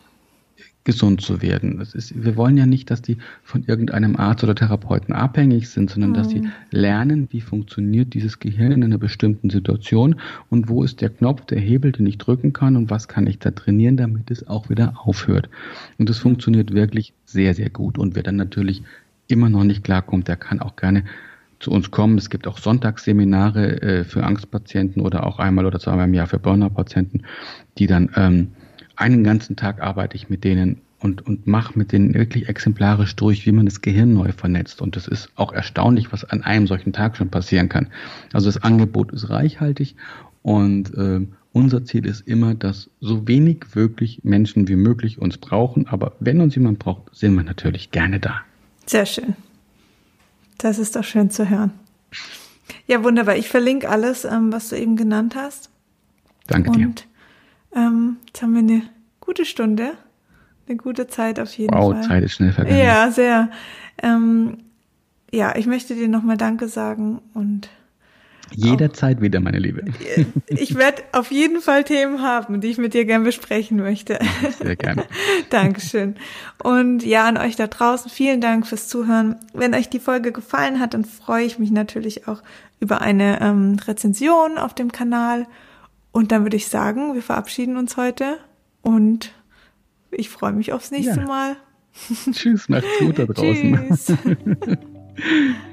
gesund zu werden. Wir wollen ja nicht, dass die von irgendeinem Arzt oder Therapeuten abhängig sind, sondern dass sie lernen, wie funktioniert dieses Gehirn in einer bestimmten Situation und wo ist der Knopf, der Hebel, den ich drücken kann und was kann ich da trainieren, damit es auch wieder aufhört. Und das funktioniert wirklich sehr, sehr gut. Und wer dann natürlich immer noch nicht klarkommt, der kann auch gerne zu uns kommen. Es gibt auch Sonntagsseminare für Angstpatienten oder auch einmal oder zweimal im Jahr für Burnout-Patienten, die dann einen ganzen Tag arbeite ich mit denen und mache mit denen wirklich exemplarisch durch, wie man das Gehirn neu vernetzt. Und das ist auch erstaunlich, was an einem solchen Tag schon passieren kann. Also das Angebot ist reichhaltig und unser Ziel ist immer, dass so wenig wirklich Menschen wie möglich uns brauchen. Aber wenn uns jemand braucht, sind wir natürlich gerne da. Sehr schön. Das ist doch schön zu hören. Ja, wunderbar. Ich verlinke alles, was du eben genannt hast. Danke dir. Und jetzt haben wir eine gute Stunde, eine gute Zeit auf jeden Fall. Wow, Zeit ist schnell vergangen. Ja, sehr. Ich möchte dir nochmal Danke sagen und jederzeit wieder, meine Liebe. Ich werde auf jeden Fall Themen haben, die ich mit dir gern besprechen möchte. Sehr gerne. Dankeschön. Und ja, an euch da draußen, vielen Dank fürs Zuhören. Wenn euch die Folge gefallen hat, dann freue ich mich natürlich auch über eine Rezension auf dem Kanal. Und dann würde ich sagen, wir verabschieden uns heute und ich freue mich aufs nächste Mal. Tschüss, macht's gut da draußen. Tschüss.